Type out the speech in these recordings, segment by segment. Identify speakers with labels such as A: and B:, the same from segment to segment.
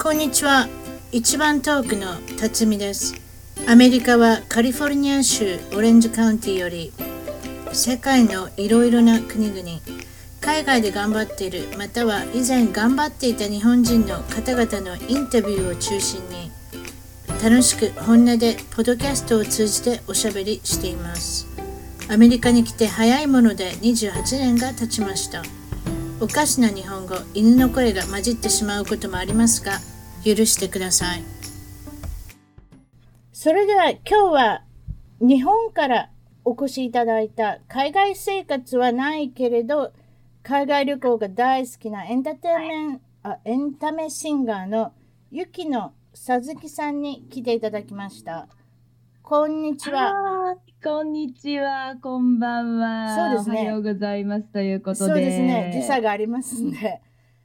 A: こんにちは。一番遠くの辰巳です。アメリカはカリフォルニア州オレンジカウンティより世界のいろいろな国々、海外で頑張っている、または以前頑張っていた日本人の方々のインタビューを中心に楽しく本音でポッドキャストを通じておしゃべりしています。アメリカに来て早いもので28年が経ちました。おかしな日本語、犬の声が混じってしまうこともありますが、許してください。それでは今日は日本からお越しいただいた、海外生活はないけれど海外旅行が大好きなエンタメシンガーの雪野さずきさんに来ていただきました。こんにちは。
B: こんにちは、こんばんは。
A: そうですね。
B: おはようございますということで。
A: そうですね。時差がありますんで。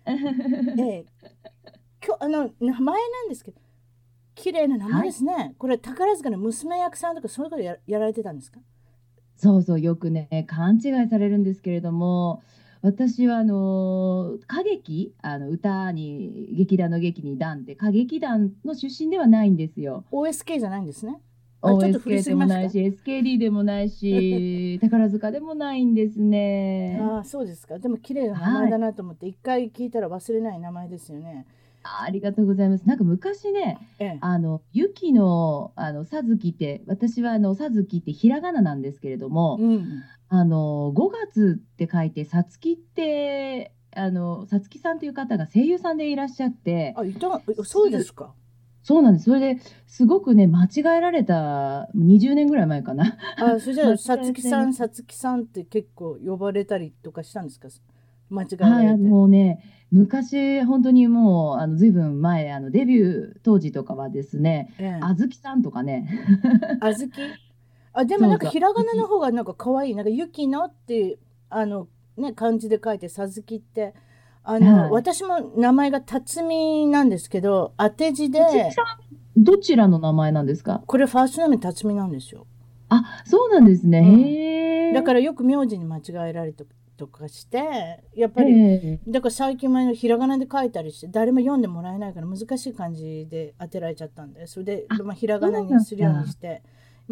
A: 今日名前なんですけど、綺麗な名前ですね。はい、これ宝塚の娘役さんとかそういうことやられてたんですか？
B: そうそう、よくね勘違いされるんですけれども、私は歌劇、歌に劇団の劇に団って歌劇団の出身ではないんですよ。
A: OSK じゃないんですね。
B: ちょっと振りすぎました。OSK でもないし SKD でもないし宝塚でもないんですね。
A: ああ、そうですか。でも綺麗な名前だなと思って、一回聞いたら忘れない名前ですよね。
B: ありがとうございます。なんか昔ね、雪のさずきって、私はさずきってひらがななんですけれども、5月って書いてさつきって、さつきさんという方が声優さんでいらっしゃって。
A: そうですか。
B: そうなんです。それですごくね間違えられた、20年ぐらい前かな。
A: それじゃあさつきさんって結構呼ばれたりとかしたんですか？間違えられて。
B: はい、もうね昔本当にもうずいぶん前、デビュー当時とかはですね、あずきさんとかね。
A: あずきでもなんかひらがなの方がなんか可愛い。なんかゆきのって漢字で書いてさずきって、私も名前が辰巳なんですけど、当て字で。
B: どちらの名前なんですか？
A: これファーストネーム辰巳なんですよ。
B: あ、そうなんですね。へえ。
A: だからよく名字に間違えられたとかして、やっぱり、だから最近前のひらがなで書いたりして誰も読んでもらえないから難しい漢字で当てられちゃったんで、それでひらがなにするようにして、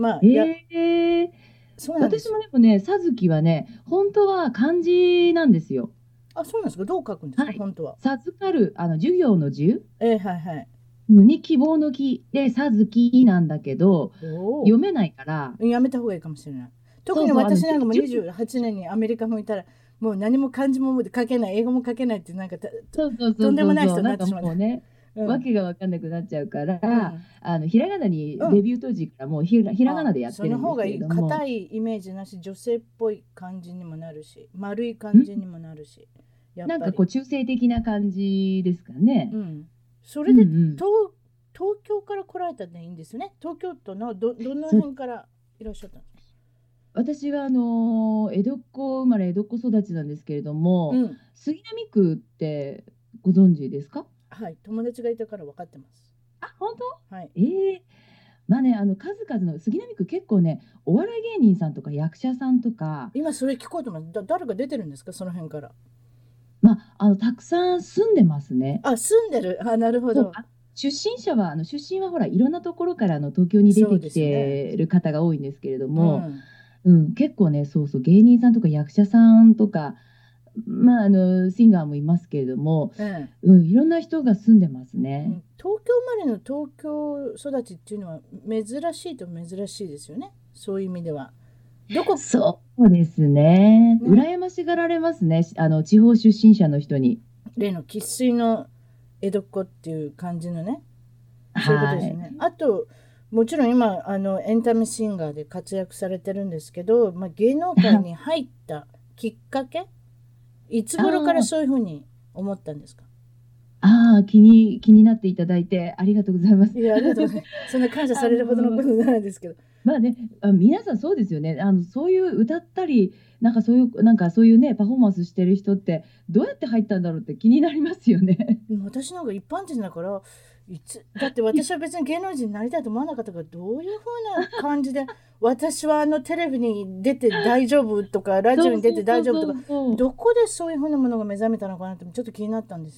B: 私もでもね、さずきはね本当は漢字なんですよ。
A: あ、そうなんですか。どう書くんですか、本当は。
B: 授かる、授業の授、
A: はいはい。
B: に希望の希でさずきなんだけど、読めないから
A: やめた方がいいかもしれない。特に私なんかも28年にアメリカもいたら、もう何も漢字も書けない、英語も書けないって、なんかとんでもない人になってしまう。
B: わけが分かんなくなっちゃうから、ひらがなにデビュー当時からもうひらがなでやってるんですけれども、
A: その方がいい。硬いイメージなし、女性っぽい感じにもなるし、丸い感じにもなるし、
B: なんかこう中性的な感じですかね。
A: それで、東京から来られたんでいいんですよね。東京都のどの辺からいらっしゃったんですか？
B: 私は江戸っ子生まれ江戸っ子育ちなんですけれども、杉並区ってご存知ですか？
A: はい、友達がいたから分かってます。
B: あ、本当？
A: はい。
B: まあね、数々の杉並区結構ね、お笑い芸人さんとか役者さんとか。
A: 今それ聞こうと思って、誰が出てるんですか、その辺から。
B: たくさん住んでますね。
A: 住んでる。なるほど。
B: 出身はほらいろんなところから東京に出てきてる方が多いんですけれども、結構ね、そうそう芸人さんとか役者さんとか、シンガーもいますけれども、いろんな人が住んでますね。
A: 東京生まれの東京育ちっていうのは珍しいと珍しいですよね。そういう意味では。
B: そうですね。羨ましがられますね。地方出身者の人に。
A: 例の生粋の江戸っ子っていう感じのね。そういうことですね。あともちろん今エンタメシンガーで活躍されてるんですけど、芸能界に入ったきっかけ、いつ頃からそういうふうに思ったんですか？
B: 気になっていただいてありがとうございます。
A: いや、ありがとうございます。そんな感謝されるほどのことじゃないですけど。
B: 皆さんそうですよね。そういう歌ったり、そういうねパフォーマンスしてる人ってどうやって入ったんだろうって気になりますよね。
A: 私なんか一般人だから、だって私は別に芸能人になりたいと思わなかったから、どういう風な感じで私はテレビに出て大丈夫とかラジオに出て大丈夫とか、どこでそういう風なものが目覚めたのかなってちょっと気になったんですよ。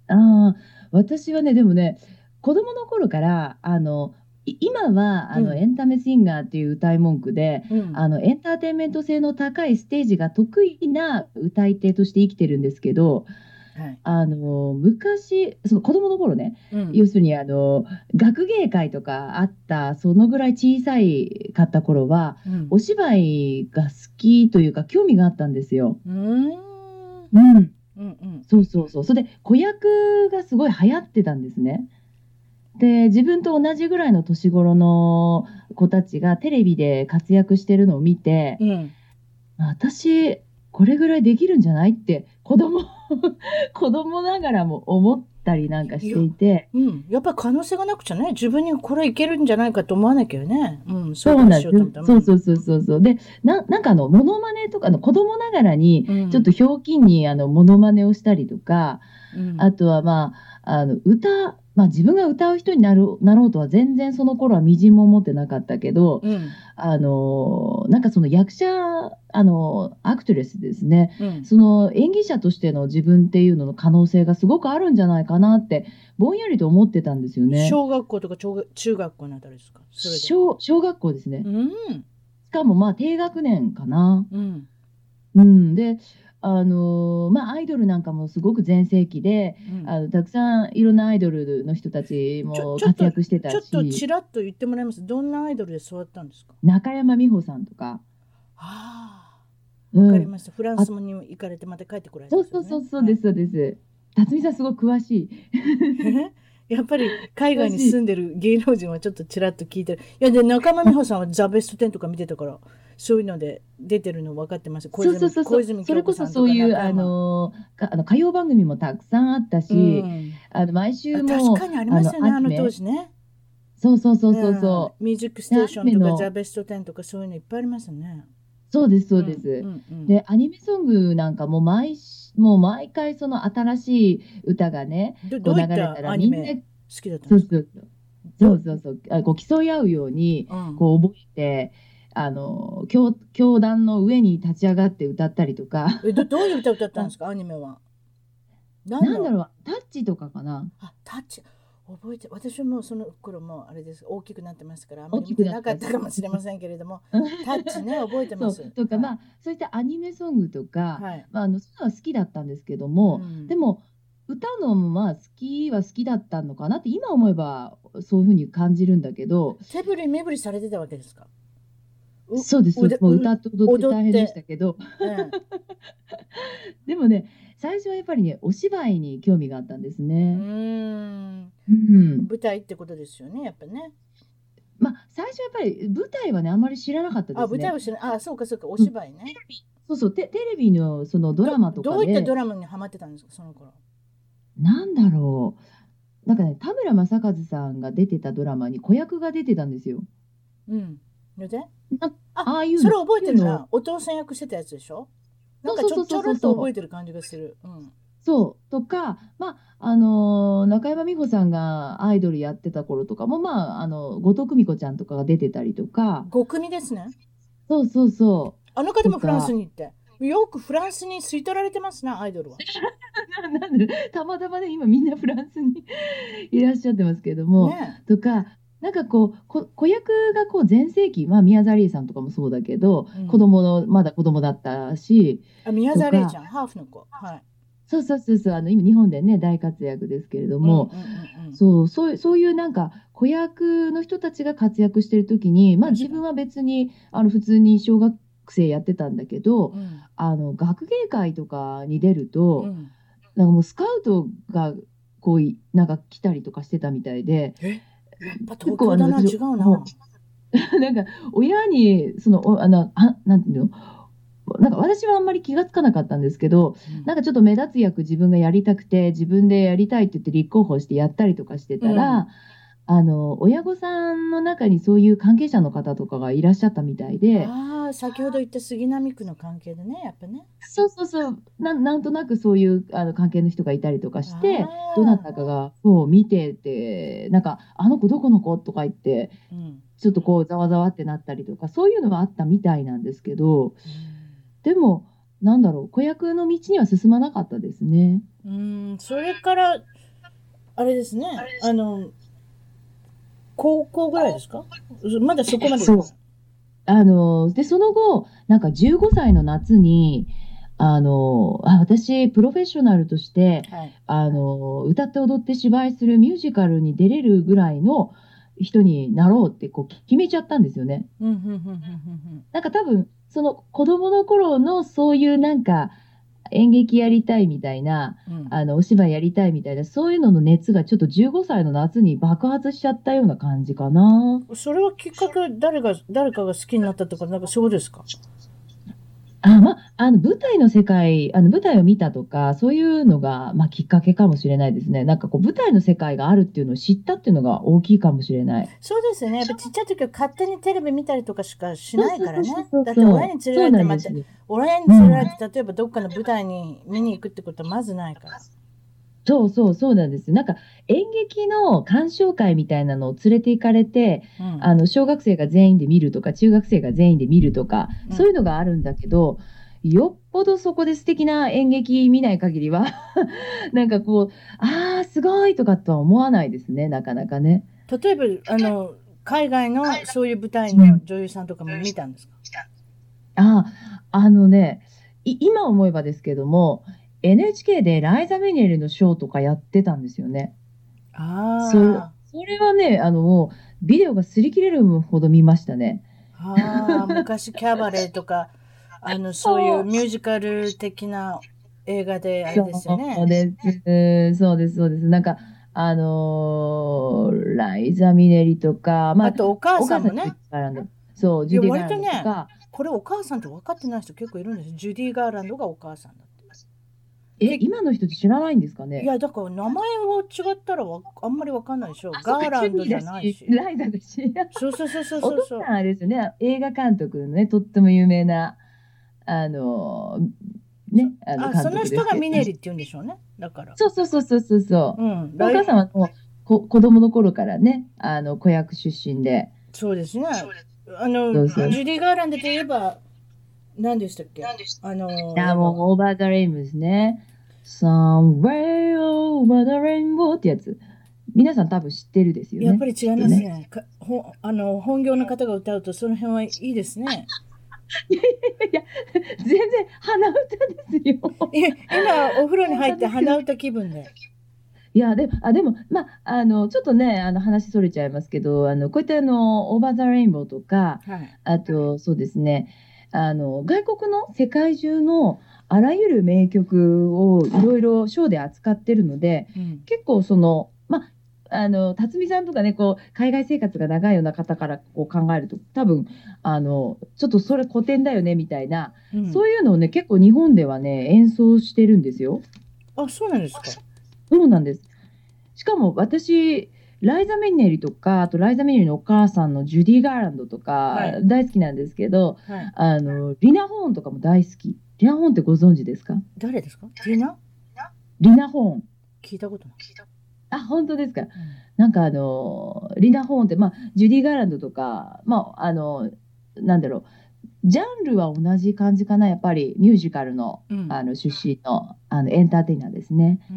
B: ああ、私はね、でもね、子供の頃から、今は、エンタメシンガーっていう歌い文句で、エンターテインメント性の高いステージが得意な歌い手として生きてるんですけど、
A: はい。
B: 昔、その子供の頃ね、
A: うん。
B: 要するに、学芸会とかあった、そのぐらい小さいかった頃は、
A: うん。
B: お芝居が好きというか、興味があったんですよ。
A: うーん。
B: うん。
A: うんうん。
B: そうそうそう。それで、子役がすごい流行ってたんですね。で、自分と同じぐらいの年頃の子たちがテレビで活躍してるのを見て、
A: うん。
B: 私、これぐらいできるんじゃないって子供ながらも思ったりなんかして
A: いや、
B: いて、
A: うん。やっぱり可能性がなくちゃね、自分にこれいけるんじゃないかと思わなきゃね。うん。そういうこと
B: そうなんです。
A: しようと思ったら。うん。
B: そうそうそうそうそう。で、なんかモノマネとか子供ながらに、ちょっ
A: うん。
B: とひょうきんにモノマネをしたりとか、
A: うん。
B: あとは自分が歌う人になろうとは全然その頃はみじんも思ってなかったけど、
A: うん。
B: なんかその役者、アクトレスですね。
A: うん。
B: その演技者としての自分っていうのの可能性がすごくあるんじゃないかなって、ぼんやりと思ってたんですよね。
A: 小学校とか中学校のあたりですか、それで。
B: 小学校ですね。
A: うん。
B: しかもまあ低学年かな。
A: うん。
B: うん、で、アイドルなんかもすごく全盛期で、
A: うん。
B: たくさんいろんなアイドルの人たち
A: ちょ、
B: も
A: ちょっと、
B: 活躍して
A: ちょっと
B: たし、
A: ちらっと言ってもらえます？どんなアイドルで育ったんですか？
B: 中山美穂さんとか、
A: ああ、
B: うん。
A: わかりました。フラン
B: あ、
A: スに行かれてまた帰ってこられ
B: そう
A: たそうですね。
B: そうそうそう
A: はい。
B: です、そうです。辰巳さんすごく詳しい。
A: やっぱり海外に
B: 詳しい。
A: 住んでる芸能人はちょっとちらっと聞いてる。いや、で、中間美穂さんはザ・ベストテンとか見てたから、そういうので出てるの分かってます。
B: そうそうそうそう。
A: 小泉京子
B: それこそ
A: さんとか
B: そういう、
A: 中山。
B: 歌謡番組もたくさんあった
A: う
B: し、
A: ん。
B: 毎
A: あ、
B: 週も、
A: 確かにありますよね、あの当
B: アニメ、
A: 時ね。
B: そうそうそう
A: う
B: そう
A: ん。
B: そう。
A: ミュージックス
B: で、アニ
A: テーションとかザ・
B: メの、
A: ベストテンとかそういうのいっぱいありますよね。
B: そうです、そ
A: うん、う
B: うです。
A: ん、うん。
B: で、アニメソングなんかももう毎回その新しい歌がね、こう
A: どういった
B: 流れたら
A: アニメ
B: みんな、
A: 好きだったんですか？
B: そうそうそう、そ
A: ど、
B: うそうそう、こう競い合うように、
A: うん。
B: こう覚えて、教壇の上に立ち上がって歌ったりとか、
A: どういう歌歌ったんで
B: あ、
A: すか、アニメは。何の、
B: なんだろう、タッチとかかな。
A: あ、タッチ。覚えて、私もその頃もあれです。大きくなってますから、あま
B: 大
A: り見てなかっ
B: きくなった。
A: たかもしれませんけれども、タッチね、覚えてま
B: そう、
A: す。
B: とか、
A: はい。
B: そういったアニメソングとか、
A: はい。
B: そういうのは好きだったんですけど
A: う
B: も、で
A: ん。
B: も、歌うのも好きは好きだったのかなって、今思えばそういうふうに感じるんだけど、
A: 手振り目振りされてたわけですか？う、
B: そうです、そうです。もう歌って踊って大変でし
A: 踊って、
B: たけど、
A: ええ。
B: でもね、最初はやっぱりね、お芝居に興味があったんです
A: う
B: ね。
A: ーん。
B: うん。
A: 舞台ってことですよね、やっぱね。
B: 最初はやっぱり舞台はね、あんまり知らなかったで
A: あ、
B: すね。
A: 舞台を知らない。あ、そうかそうか、お
B: うん。
A: 芝居ね。
B: そうそう、テレビのそのドラマと
A: どういった
B: かで、
A: ドラマにハマってたんですか、その頃。
B: なんだろう。なんかね、田村正和さんが出てたドラマに子役が出てたんですよ。
A: うん。で、
B: な
A: あ、
B: ああいうのっ
A: それ覚え
B: ていうのを、
A: てるな。お父さん役してたやつでしょ？なんか
B: そうそうそう
A: ちょろっ
B: そうそう。
A: と覚えてる感じがする。うん。
B: そうとか、中山美穂さんがアイドルやってた頃とかも、後藤久美子ちゃんとかが出てたりとか、
A: 5組ですね。
B: そうそうそう、
A: あの方もフランス
B: とか、
A: に行って。よくフランスに吸い取られてますな、アイドルは。
B: なんで、たまたまね、今みんなフランスにいらっしゃってますけれども、
A: ね
B: とか、なんかこう、子役がこう全盛期、宮沢りえさんとかもそうだけど、
A: え。うん。
B: まだ子供だったし、
A: あ、宮
B: とか、
A: 沢りえちゃん、ハーフの子。はい。
B: そうそうそうそう、今日本でね、大活躍ですけれど
A: うんうん
B: も、
A: うん
B: そういうなんか子役の人たちが活躍してる時に、
A: うん。確かに。
B: 自分は別に普通に小学生やってたんだけど、
A: うん。
B: 学芸会とかに出ると、
A: うん。
B: なんかもうスカウトがなんか来たりとかしてたみたいで、
A: え、やっぱ
B: 結構
A: 東京だな、違
B: 私もう
A: うな。
B: なんか親になんていうの、なんか私はあんまり気がつかなかったんですけど、
A: うん。
B: なんかちょっと目立つ役自分がやりたくて、自分でやりたいって言って立候補してやったりとかして
A: うん。
B: たら、親御さんの中にそういう関係者の方とかがいらっしゃったみたいで、
A: ああ、先ほど言った杉並区の関係でね、やっぱね。
B: そうそうそう、なんとなくそういう関係の人がいたりとかして、どな
A: ああ。
B: たかがこう見てて、なんか、あの子どこの子とか言って、
A: うん。
B: ちょっとこうざわざわってなったりとか、そういうのはあったみたいなんですけど、
A: うん。
B: でも、なんだろう、子役の道には進まなかったですね。
A: うん、それからあれですね。高校ぐらいですか？まだそこまで。
B: そう。で、その後、なんか15歳の夏に、私、プロフェッショナルとして、
A: はい。
B: 歌って踊って芝居するミュージカルに出れるぐらいの人になろうってこう決めちゃったんですよね。
A: うん、うん、うん、うん、うん。
B: なんか多分、その子供の頃のそういうなんか演劇やりたいみたいな、
A: うん。
B: お芝居やりたいみたいな、そういうのの熱がちょっと15歳の夏に爆発しちゃったような感じかな。
A: それはきっかけ、誰かが好きになったとか、なんかそうですか？
B: 舞台の世界、舞台を見たとか、そういうのが、きっかけかもしれないですね。なんかこう、舞台の世界があるっていうのを知ったっていうのが大きいかもしれない。
A: そうですよね。やっぱちっちゃい時は勝手にテレビ見たりとかしかし
B: そう
A: ないからね。
B: そう
A: だって
B: そう。
A: 親に連れ
B: そう
A: られてまた、
B: なんですよ。
A: 親に
B: うん。
A: 連れられて、例えばどっかの舞台に見に行くってことはまずないから。
B: そうなんですよ。なんか演劇の鑑賞会みたいなのを連れて行かれて、
A: うん。
B: 小学生が全員で見るとか、中学生が全員で見るとか、
A: うん。
B: そういうのがあるんだけど、よっぽどそこで素敵な演劇見ない限りはなんかこう、すごいとかとは思わないですね、なかなかね。
A: 例えば、海外のそういう舞台
B: うん。
A: の女優さんとかも見たんですか？
B: ああのね、今思えばですけども、NHK でライザ・メニエルのショーとかやってたんですよね。
A: あ
B: それはね、もう、ビデオが擦り切れるほど見ましたね。
A: あ、昔キャバレーとか、そういう
B: そう、
A: ミュージカル的な映画であれ
B: そ
A: ですよね。
B: うです。そうです。なんか、ライザ・ミネリとか、
A: あとお母
B: お母さん、
A: さんもね。
B: そう、
A: いや、
B: ジュディ・ガーラン
A: 割とね、
B: ドとか、
A: これお母さんって分かってない人結構いるんですよ。ジュディ・ガーランドがお母さんだって。
B: 今の人って知らないんですかね？
A: いや、だから名前を違ったらあんまり分かんないでしょ。
B: そうか、
A: ガーラ
B: ジュディ
A: ンドじゃない
B: だし、
A: し。
B: ライザだし。
A: そうそうそうそう
B: お父
A: そうそう。
B: さんあれですよね、映画監督のね、とっても有名な、あの、監
A: その人
B: 督ですけど。
A: がミネリって言うんでしょうね。だから。
B: そう。
A: うん。
B: お母さんはもう子供の頃からね、子役出身で。
A: そうですね。
B: そう。
A: ジュディ・ガーランドといえば、何でしたっけ？
B: もう、オーバーザレインボーですね。Somewhere over the rainbow ってやつ。皆さん多分知ってるですよね。
A: やっぱり違い
B: きっとね。
A: ますね。本業の方が歌うとその辺はいいですね。
B: いやいやいや、全然鼻歌ですよ。
A: 今、お風呂に入
B: 鼻歌ですけど。
A: って鼻歌気分で。
B: いや、でも、ちょっとね、話それちゃいますけど、こういったオーバーザレインボーとか、
A: はい。
B: あと、そうですね、外国の世界中のあらゆる名曲をいろいろショーで扱ってるので、
A: うん。
B: 結構辰巳さんとかね、こう、海外生活が長いような方からこう考えると、多分、ちょっとそれ古典だよね、みたいな、
A: うん。
B: そういうのをね、結構日本ではね、演奏してるんですよ。
A: あ、そうなんですか。
B: そうなんです。しかも私、ライザ・ミネリとか、あとライザ・ミネリのお母さんのジュディ・ガーランドとか
A: はい。
B: 大好きなんですけど、
A: はい。
B: リナ・ホーンとかも大好き。リナ・ホーンってご存知ですか？
A: 誰ですか？ティーナ？
B: リナ・ホーン。
A: 聞いたことない。
B: 本当ですか？
A: うん。
B: なんかリナ・ホーンって、ジュディ・ガーランドとか、なんだろう、ジャンルは同じ感じかな、やっぱりミュージカルの、
A: うん。
B: 出身の、エンターテイナーですね。
A: うん。うん。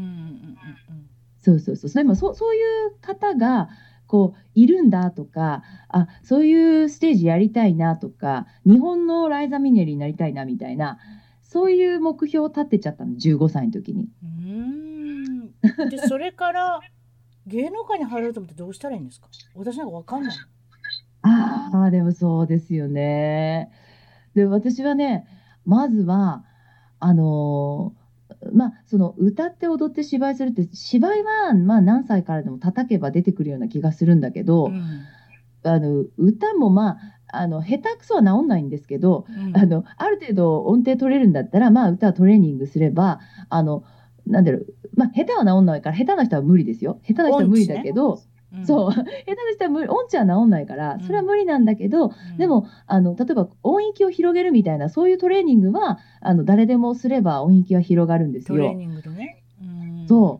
B: そう。でもそういう方がこういるんだとか、そういうステージやりたいなとか、日本のライザ・ミネリになりたいなみたいな、そういう目標を立てちゃったの、15歳の時に。
A: で、それから芸能界に入ろうと思ってどうしたらいいんですか？私なんかわかんない。
B: でもそうですよね。で、私はね、まずは、あのその歌って踊って芝居するって、芝居は何歳からでも叩けば出てくるような気がするんだけど、
A: うん。
B: 歌も下手くそは治んないんですけど、
A: うん。
B: ある程度音程取れるんだったら、歌はトレーニングすれば、あの、なんだろう、下手は治んないから、下手な人は無理ですよ。下手な人は無理
A: 音痴ね。
B: だけど、
A: うん。
B: そう、下手な人は無理、音痴は治んないから、それは
A: うん。
B: 無理なんだけど、
A: うん。
B: でも、例えば音域を広げるみたいな、そういうトレーニングは、誰でもすれば音域は広がるんですよ。
A: トレーニングでね。うん。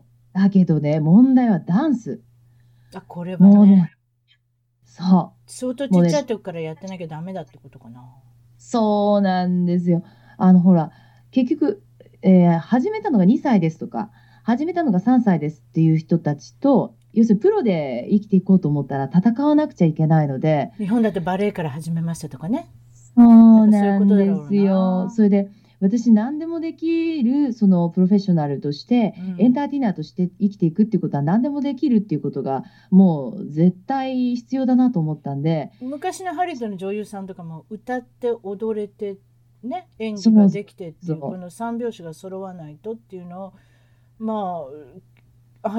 B: そう。だけどね、問題はダンス。
A: これはね、
B: もうね、そ
A: 相当
B: う。もうね、
A: ちっちゃい時からやってなきゃダメだってことかな。
B: そうなんですよ。ほら、結局、始めたのが2歳ですとか、 始めたのが3歳ですっていう人たちと、要するにプロで生きていこうと思ったら戦わなくちゃいけないので。
A: 日本だとバレエから始めましたとかね。
B: そうなんですよ。それで私何でもできるそのプロフェッショナルとして、エンターテイナーとして生きていくっていうことは何でもできるっていうことがもう絶対必要だなと思ったんで。
A: 昔のハリウッドの女優さんとかも歌って踊れてね、演技ができてっていう、この三拍子が揃わないとっていうのをまあ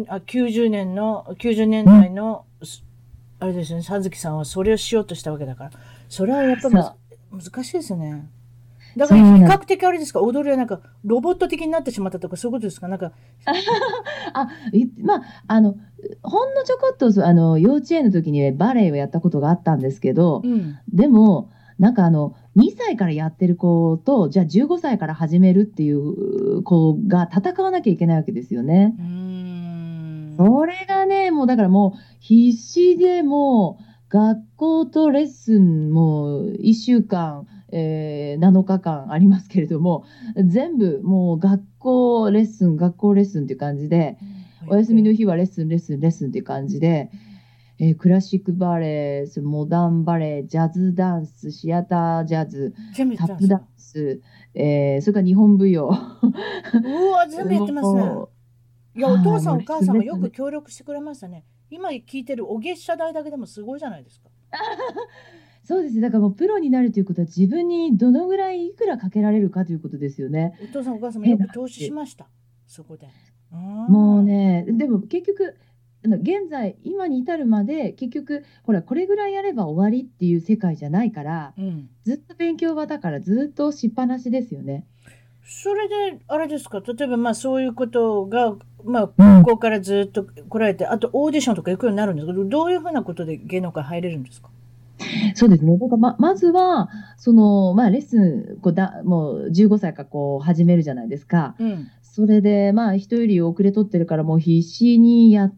A: 90年代のあれですね、葉月さんはそれをしようとしたわけだから、それはやっぱり難しいですね。だから比較的あれですか、踊りはなんかロボット的になってしまったとかそういうことですか？なんか
B: まあほんのちょこっと幼稚園の時にバレエをやったことがあったんですけど、でもなんか2歳からやってる子とじゃあ15歳から始めるっていう子が戦わなきゃいけないわけですよね。それがね、もうだからもう必死でもう学校とレッスンも1週間、7日間ありますけれども、全部もう学校レッスンっていう感じで、お休みの日はレッスンっていう感じで、クラシックバレエ、モダンバレエ、ジャズダンス、シアタージャズ、タップダンス、それから日本舞踊。
A: 全部やってますね。いや、お父さんお母さんがよく協力してくれましたね。今聞いてるお月謝代だけでもすごいじゃないですか。
B: そうです。だからもうプロになるということは自分にどのぐらいいくらかけられるかということですよね。
A: お父さんお母さんもよく投資しました。そこで。
B: もうね、でも結局現在今に至るまで結局ほらこれぐらいやれば終わりっていう世界じゃないから、ずっと勉強場だからずっとしっぱなしですよね。
A: それであれですか、例えばそういうことが高校からずっと来られて、あとオーディションとか行くようになるんですけど、どういうふうなことで芸能界入れるんですか？
B: そうですね。だからまずはレッスンもう15歳から始めるじゃないですか。それで人より遅れとってるからもう必死にやって、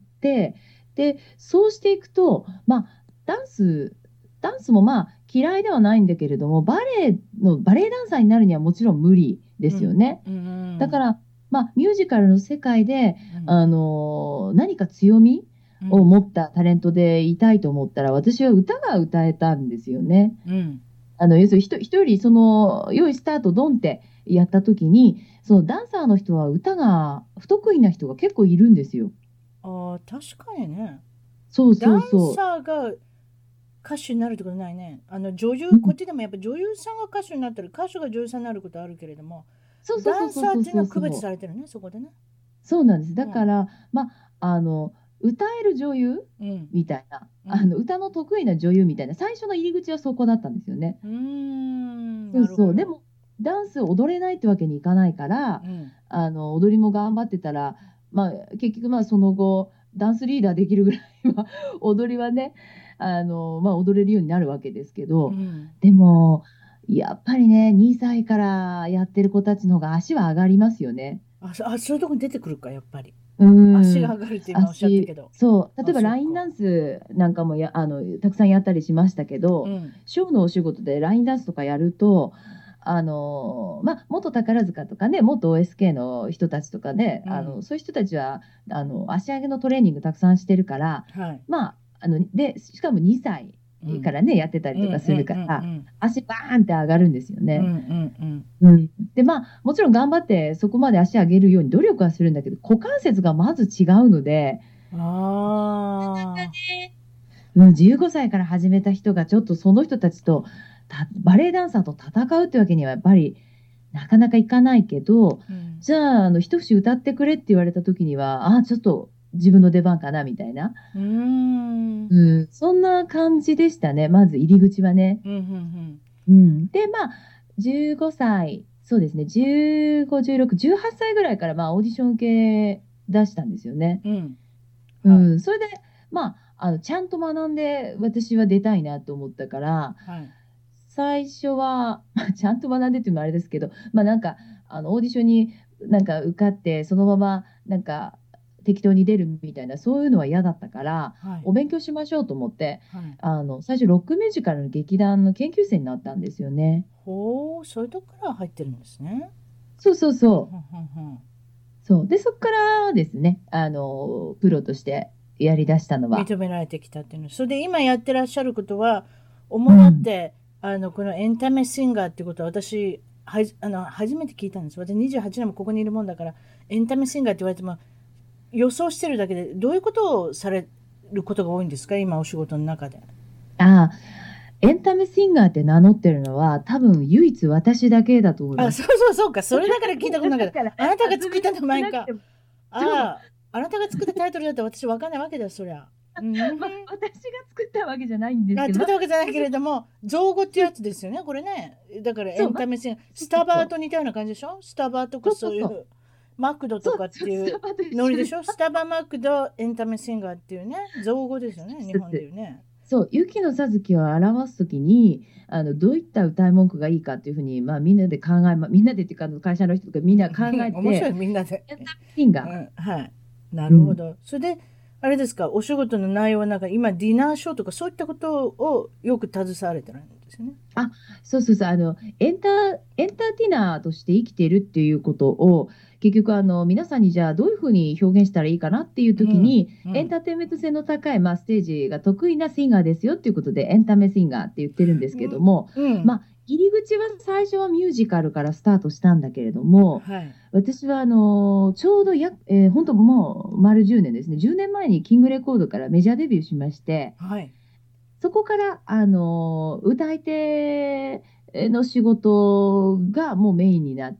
B: でそうしていくとダンスも嫌いではないんだけれども、バレエダンサーになるにはもちろん無理ですよね。だからミュージカルの世界で、何か強みを持ったタレントでいたいと思ったら、私は歌が歌えたんですよね。要するに一人良いスタートドンってやった時に、そのダンサーの人は歌が不得意な人が結構いるんですよ。
A: 確かにね。
B: そう
A: ダンサーが歌手になるってことないね。女優、こっちでもやっぱ女優さんが歌手になったり、歌手が女優さんになることあるけれども、ダンサーっていうのは区別されてるね、そこでね。
B: そうなんです。だから、歌える女優みたいな、歌の得意な女優みたいな、最初の入り口はそこだったんですよね。でもダンス踊れないってわけにいかないから、踊りも頑張ってたら、結局その後ダンスリーダーできるぐらいは踊りはね、踊れるようになるわけですけど、でもやっぱりね、2歳からやってる子たちの方が足は上がりますよね。
A: そういうとこに出てくるか、やっぱり。足が上がるって今おっしゃったけど。
B: そう、例えばラインダンスなんかもたくさんやったりしましたけど、ショーのお仕事でラインダンスとかやると、元宝塚とかね、元 OSK の人たちとかね、そういう人たちは足上げのトレーニングたくさんしてるから、しかも2歳からね、やってたりとかするから、足バーンって上がるんですよね。でもちろん頑張ってそこまで足上げるように努力はするんだけど、股関節がまず違うので、15歳から始めた人がちょっとその人たちとバレエダンサーと戦うってわけにはやっぱりなかなかいかないけど、じゃあ一節歌ってくれって言われた時にはちょっと自分の出番かなみたいな、そんな感じでしたね、まず入り口はね。で15歳、そうですね、15、16、18歳ぐらいからオーディション受け出したんですよね。それでちゃんと学んで私は出たいなと思ったから、最初はちゃんと学んでっていうのもあれですけど、なんかオーディションに受かってそのまま適当に出るみたいな、そういうのは嫌だったから、お勉強しましょうと思って、最初ロックミュージカルの劇団の研究生になったんですよね。
A: そういうとこから入ってるんですね。
B: そう。そそう。で、そこからですね、プロとしてやり出したのは。
A: 認められてきたっていうの。それで今やってらっしゃることは、主だって、このエンタメシンガーっていうことは私、初めて聞いたんです。私28年もここにいるもんだから、エンタメシンガーって言われても、予想してるだけで、どういうことをされることが多いんですか、今お仕事の中で。
B: エンタメシンガーって名乗ってるのは、多分唯一私だけだと思います。
A: そうか。それだから聞いたことないから。あなたが作った名前か。あなたが作ったタイトルだって私分かんないわけだよ、そりゃ。
B: 私が作ったわけじゃないんですけど。
A: 作ったわけじゃないけれども、造語ってやつですよね、これね。だからエンタメシンガー、スタバと似たような感じでしょ。スタバとかそういう、マクドとかっていうノリでしょ。スタバ、マクド、エンタメシンガーっていうね、造語ですよね、日本でいうね。
B: そう、雪のさずきを表すときに、どういった歌い文句がいいかっていうふうに、みんなで考え、みんなでっていうか、会社の人とかみんな考えて、
A: 面白い、みんなで。
B: エンタメシンガー。
A: はい。なるほど。それで、あれですか、お仕事の内容はなんか、今、ディナーショーとか、そういったことをよく携われてるんですよね。
B: そう、エンターテイナーとして生きているっていうことを、結局皆さんにじゃあどういうふうに表現したらいいかなっていう時に、エンターテインメント性の高い、ステージが得意なシンガーですよっていうことでエンタメシンガーって言ってるんですけども、入り口は最初はミュージカルからスタートしたんだけれども、私はちょうど本当もう丸10年ですね、10年前にキングレコードからメジャーデビューしまして、そこから歌い手の仕事がもうメインになって、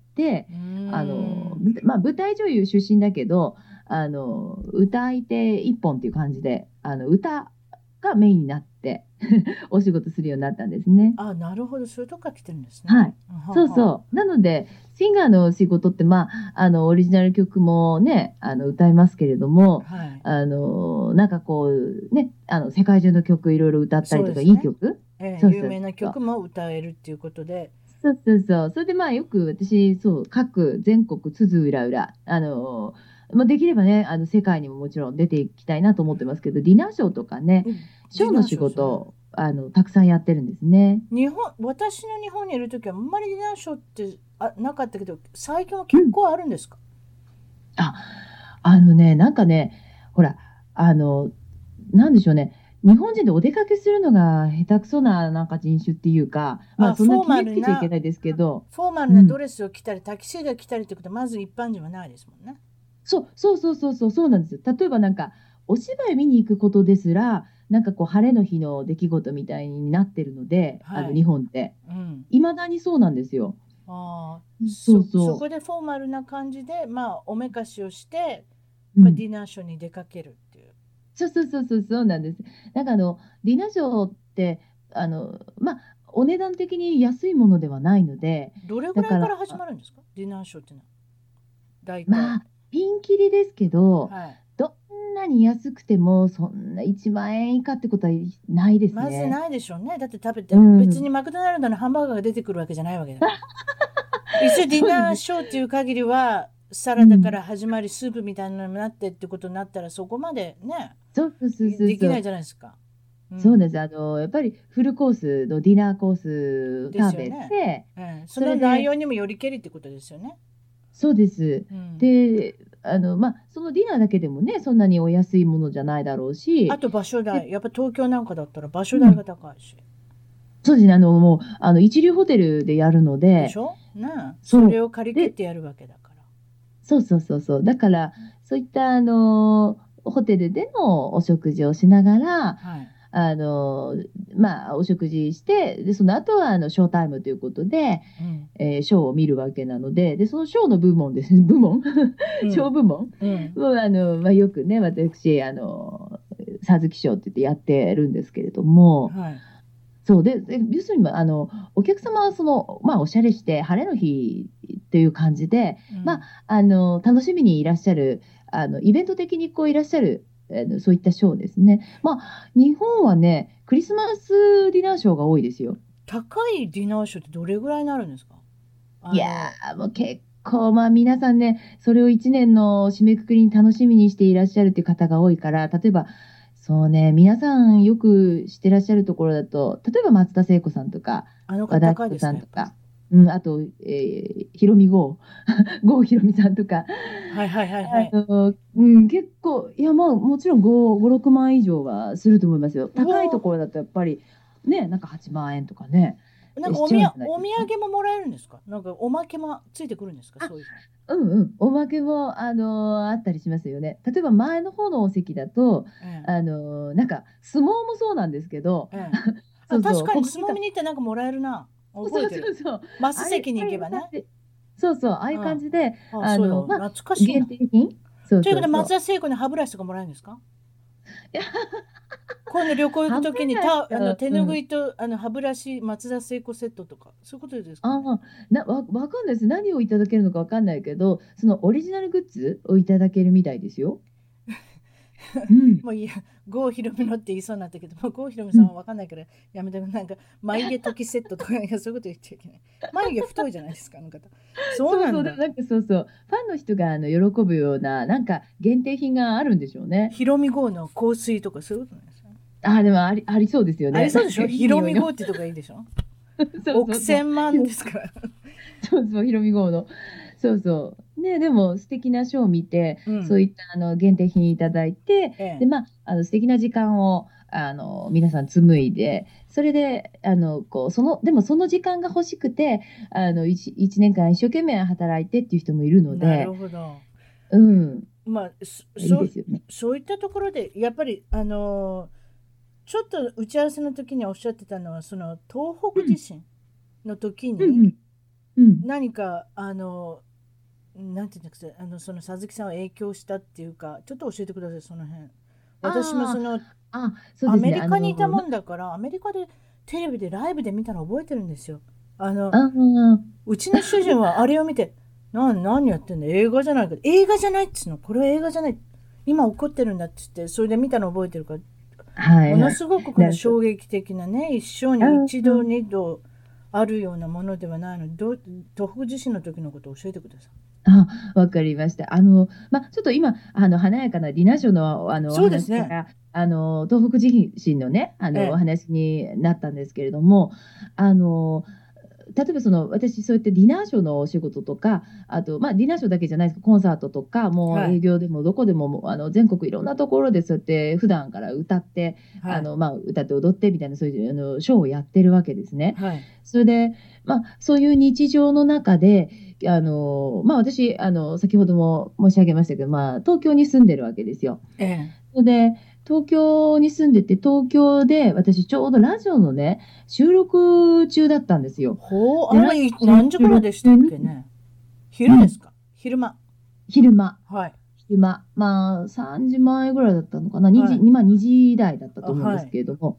B: 舞台女優出身だけど、歌い手一本っていう感じで、歌がメインになってお仕事するようになったんですね。
A: なるほど、そういうとこから来てるんですね。
B: はい。そう。なので、シンガーの仕事って、オリジナル曲もね、歌いますけれども、なんかこう、ね、世界中の曲いろいろ歌ったりとか、いい曲、
A: 有名な曲も歌えるっていうことで。
B: そう。それでよく私、各全国津々浦々、できればね、世界にももちろん出ていきたいなと思ってますけど、ディナーショーとかね、ショーの仕事をたくさんやってるんですね。
A: 私の日本にいるときはあんまりディナーショーってなかったけど、最近は結構あるんですか？
B: なんかね、ほら、なんでしょうね。日本人でお出かけするのが下手くそななんか人種っていうか、そんな決めつけちゃいけないですけど、
A: フォーマルなドレスを着たり、タキシードを着たりってことはまず一般人はないですもんね。
B: そうなんですよ。例えばなんかお芝居見に行くことですら、なんかこう晴れの日の出来事みたいになってるので、日本って、未だにそうなんですよ。
A: そこでフォーマルな感じで、おめかしをして、ディナーショーに出かけるっていう。
B: そうなんです。なんかディナーショーってお値段的に安いものではないので。
A: どれぐらいから始まるんですか、ディナーショーっていうのは。大体。
B: ピンキリですけど、どんなに安くてもそんな1万円以下ってことはないですね。
A: まずないでしょうね。だって食べて、別にマクドナルドのハンバーガーが出てくるわけじゃないわけだから。一応ディナーショーっていう限りは、サラダから始まり、スープみたいなのになってってことになったら、そこまでね、できないじゃないですか。
B: そうです。やっぱりフルコースのディナーコース食べて、
A: その内容にもよりけりってことですよね。
B: そうです。で、そのディナーだけでもね、そんなにお安いものじゃないだろうし。
A: あと場所代。やっぱ東京なんかだったら場所代が高いし。
B: そうですね。もう、一流ホテルでやるので。
A: でしょね。それを借り切ってやるわけだから。
B: そう。だから、そういったホテルでのお食事をしながら、お食事して、でその後はショータイムということで、ショーを見るわけなので、そのショーの部門ですね、ショー部門をよくね、私さずきショーって言ってやってるんですけれども、そうで要するにお客様はおしゃれして晴れの日っていう感じで、楽しみにいらっしゃるイベント的にいらっしゃるそういったショーですね。日本はね、クリスマスディナーショーが多いですよ。
A: 高いディナーショーってどれぐらいになるんですか？
B: いやもう結構皆さんね、それを1年の締めくくりに楽しみにしていらっしゃるっていう方が多いから、例えばそうね、皆さんよく知ってらっしゃるところだと、例えば松田聖子さんとか和田アキ子さんとか。 うん、あと、ひろみ郷ひろみさんとか、
A: はいはいはいはい。
B: 結構、いや、まあ、もちろん5、6万以上はすると思いますよ。
A: う
B: 高いと
A: わ
B: ころだとやっぱり、ね、なんか8万円とかね、
A: なんか
B: しちゃうんじゃない
A: お土
B: ですか。
A: 産ももらえるんですか？なんかおまけもついてくるんですか？
B: あ、
A: そういう日に。
B: うんうん、おまけも、あったりしますよね。例えば前の方のお席だと、
A: ええ。
B: なんか相撲もそうなんですけど、
A: ええ。あ、
B: そうそう、
A: 確かに
B: 国技館、
A: 相撲見に行ってなんかもらえるな。
B: そうそう
A: 覚えてる。
B: そうそう、
A: マス席に
B: ああいう
A: 行けばね。
B: 感じ、そうそう、ああいう感
A: うん。
B: じで、
A: あ、そうよ。
B: まあ、
A: 懐かしい
B: 限
A: な。
B: 定品、そう
A: ということで、
B: そうそう。
A: 松田聖子の歯ブラシとかもらえるんですか？
B: いや、
A: 今度旅行行く
B: 歯ブ
A: ときに
B: ラシと、
A: 手
B: うん。
A: 拭いと歯ブラシ松田聖子セットとか、そういうことですかね。
B: ああ、わかんないです。何をいただけるのかわかんないけど、そのオリジナルグッズをいただけるみたいですよ。うん。
A: もういいや、郷ひろみのって言いそうになったけど、もう郷ひろみ
B: うん。
A: さんは分かんないからやめて、なんか眉毛溶きセットとか、いや、そういうこと言っちゃいけない。眉毛太いじゃないですか、あの方。そう
B: そうそう、でも
A: なんだ。
B: なんかそうそう、ファンの人が喜ぶような、なんか限定品があるんでしょうね。
A: ひろみ郷の香水とかそういうことなんですよね。
B: ああ、でもありそうですよね。
A: ありそうで
B: なんかい
A: しょ？ひろ
B: い匂いの。
A: み郷ってとかいいでしょ？
B: そう
A: 億
B: そうそう。
A: 千万ですから。
B: そうそう、ひろみ号の。そうそう。ね、でも素敵なショーを見て、
A: うん。
B: そういった限定品いただいて、で、
A: ええ。
B: まあ、素敵な時間を、皆さん紡いで、それで、でもその時間が欲しくて、一年間一生懸命働いてっていう人もいるの
A: な
B: で、
A: るほど。
B: うん、
A: まあ、
B: いいですよね。
A: そういったところで、やっぱり、ちょっと打ち合わせの時におっしゃってたのは、その東
B: うん、
A: 北地震の時
B: うん、
A: に、
B: うん、うん。
A: 何か、なんていうんですか、その佐々木さんを影響したっていうか、ちょっと教えてください、その辺。私も
B: あ
A: その、
B: そうですね。
A: アメリカにいたもんだから、アメリカでテレビでライブで見たの覚えてるんですよ。うちの主人はあれを見て、何やってんの、映画じゃないか。映画じゃないっつうの。これは映画じゃない。今怒ってるんだって言って、それで見たの覚えてるから、もの
B: はいはい。
A: すごくこの
B: なるほど。
A: 衝撃的なね、一生
B: あ
A: に一度
B: ー
A: 二度あるようなものではないので、東北地震の時のことを教えてください。
B: わかりました。ちょっと今、華やかなディナーショーの、お
A: そうですね。
B: 話から、東北地震のね、お
A: ええ。
B: 話になったんですけれども、あの、例えば私、そうやってディナーショーのお仕事とか、あと、まあ、ディナーショーだけじゃないですけど、コンサートとか、もう
A: はい。
B: 営業でもどこでも、もう全国いろんなところでそうやって普段から歌って、
A: はい。
B: まあ、歌って踊ってみたいな、そういうショーをやってるわけですね。
A: はい。
B: それで、まあ、そういう日常の中で、まあ、私、先ほども申し上げましたけど、まあ、東京に住んでるわけですよ。
A: ええ。
B: それで、東京に住んでて、東京で私ちょうどラジオのね、収録中だったんですよ。
A: ほう、
B: で、ラジオの
A: 何時
B: 収
A: 頃でしたっ
B: 録中に、
A: けね。
B: うん、
A: 昼ですか？昼間。
B: 昼間、
A: はい。
B: まあ、3時前ぐらいだったのかな、2時、
A: はい。
B: まあ、2時台だったと
A: あ、
B: 思うんです
A: はい。
B: けれども、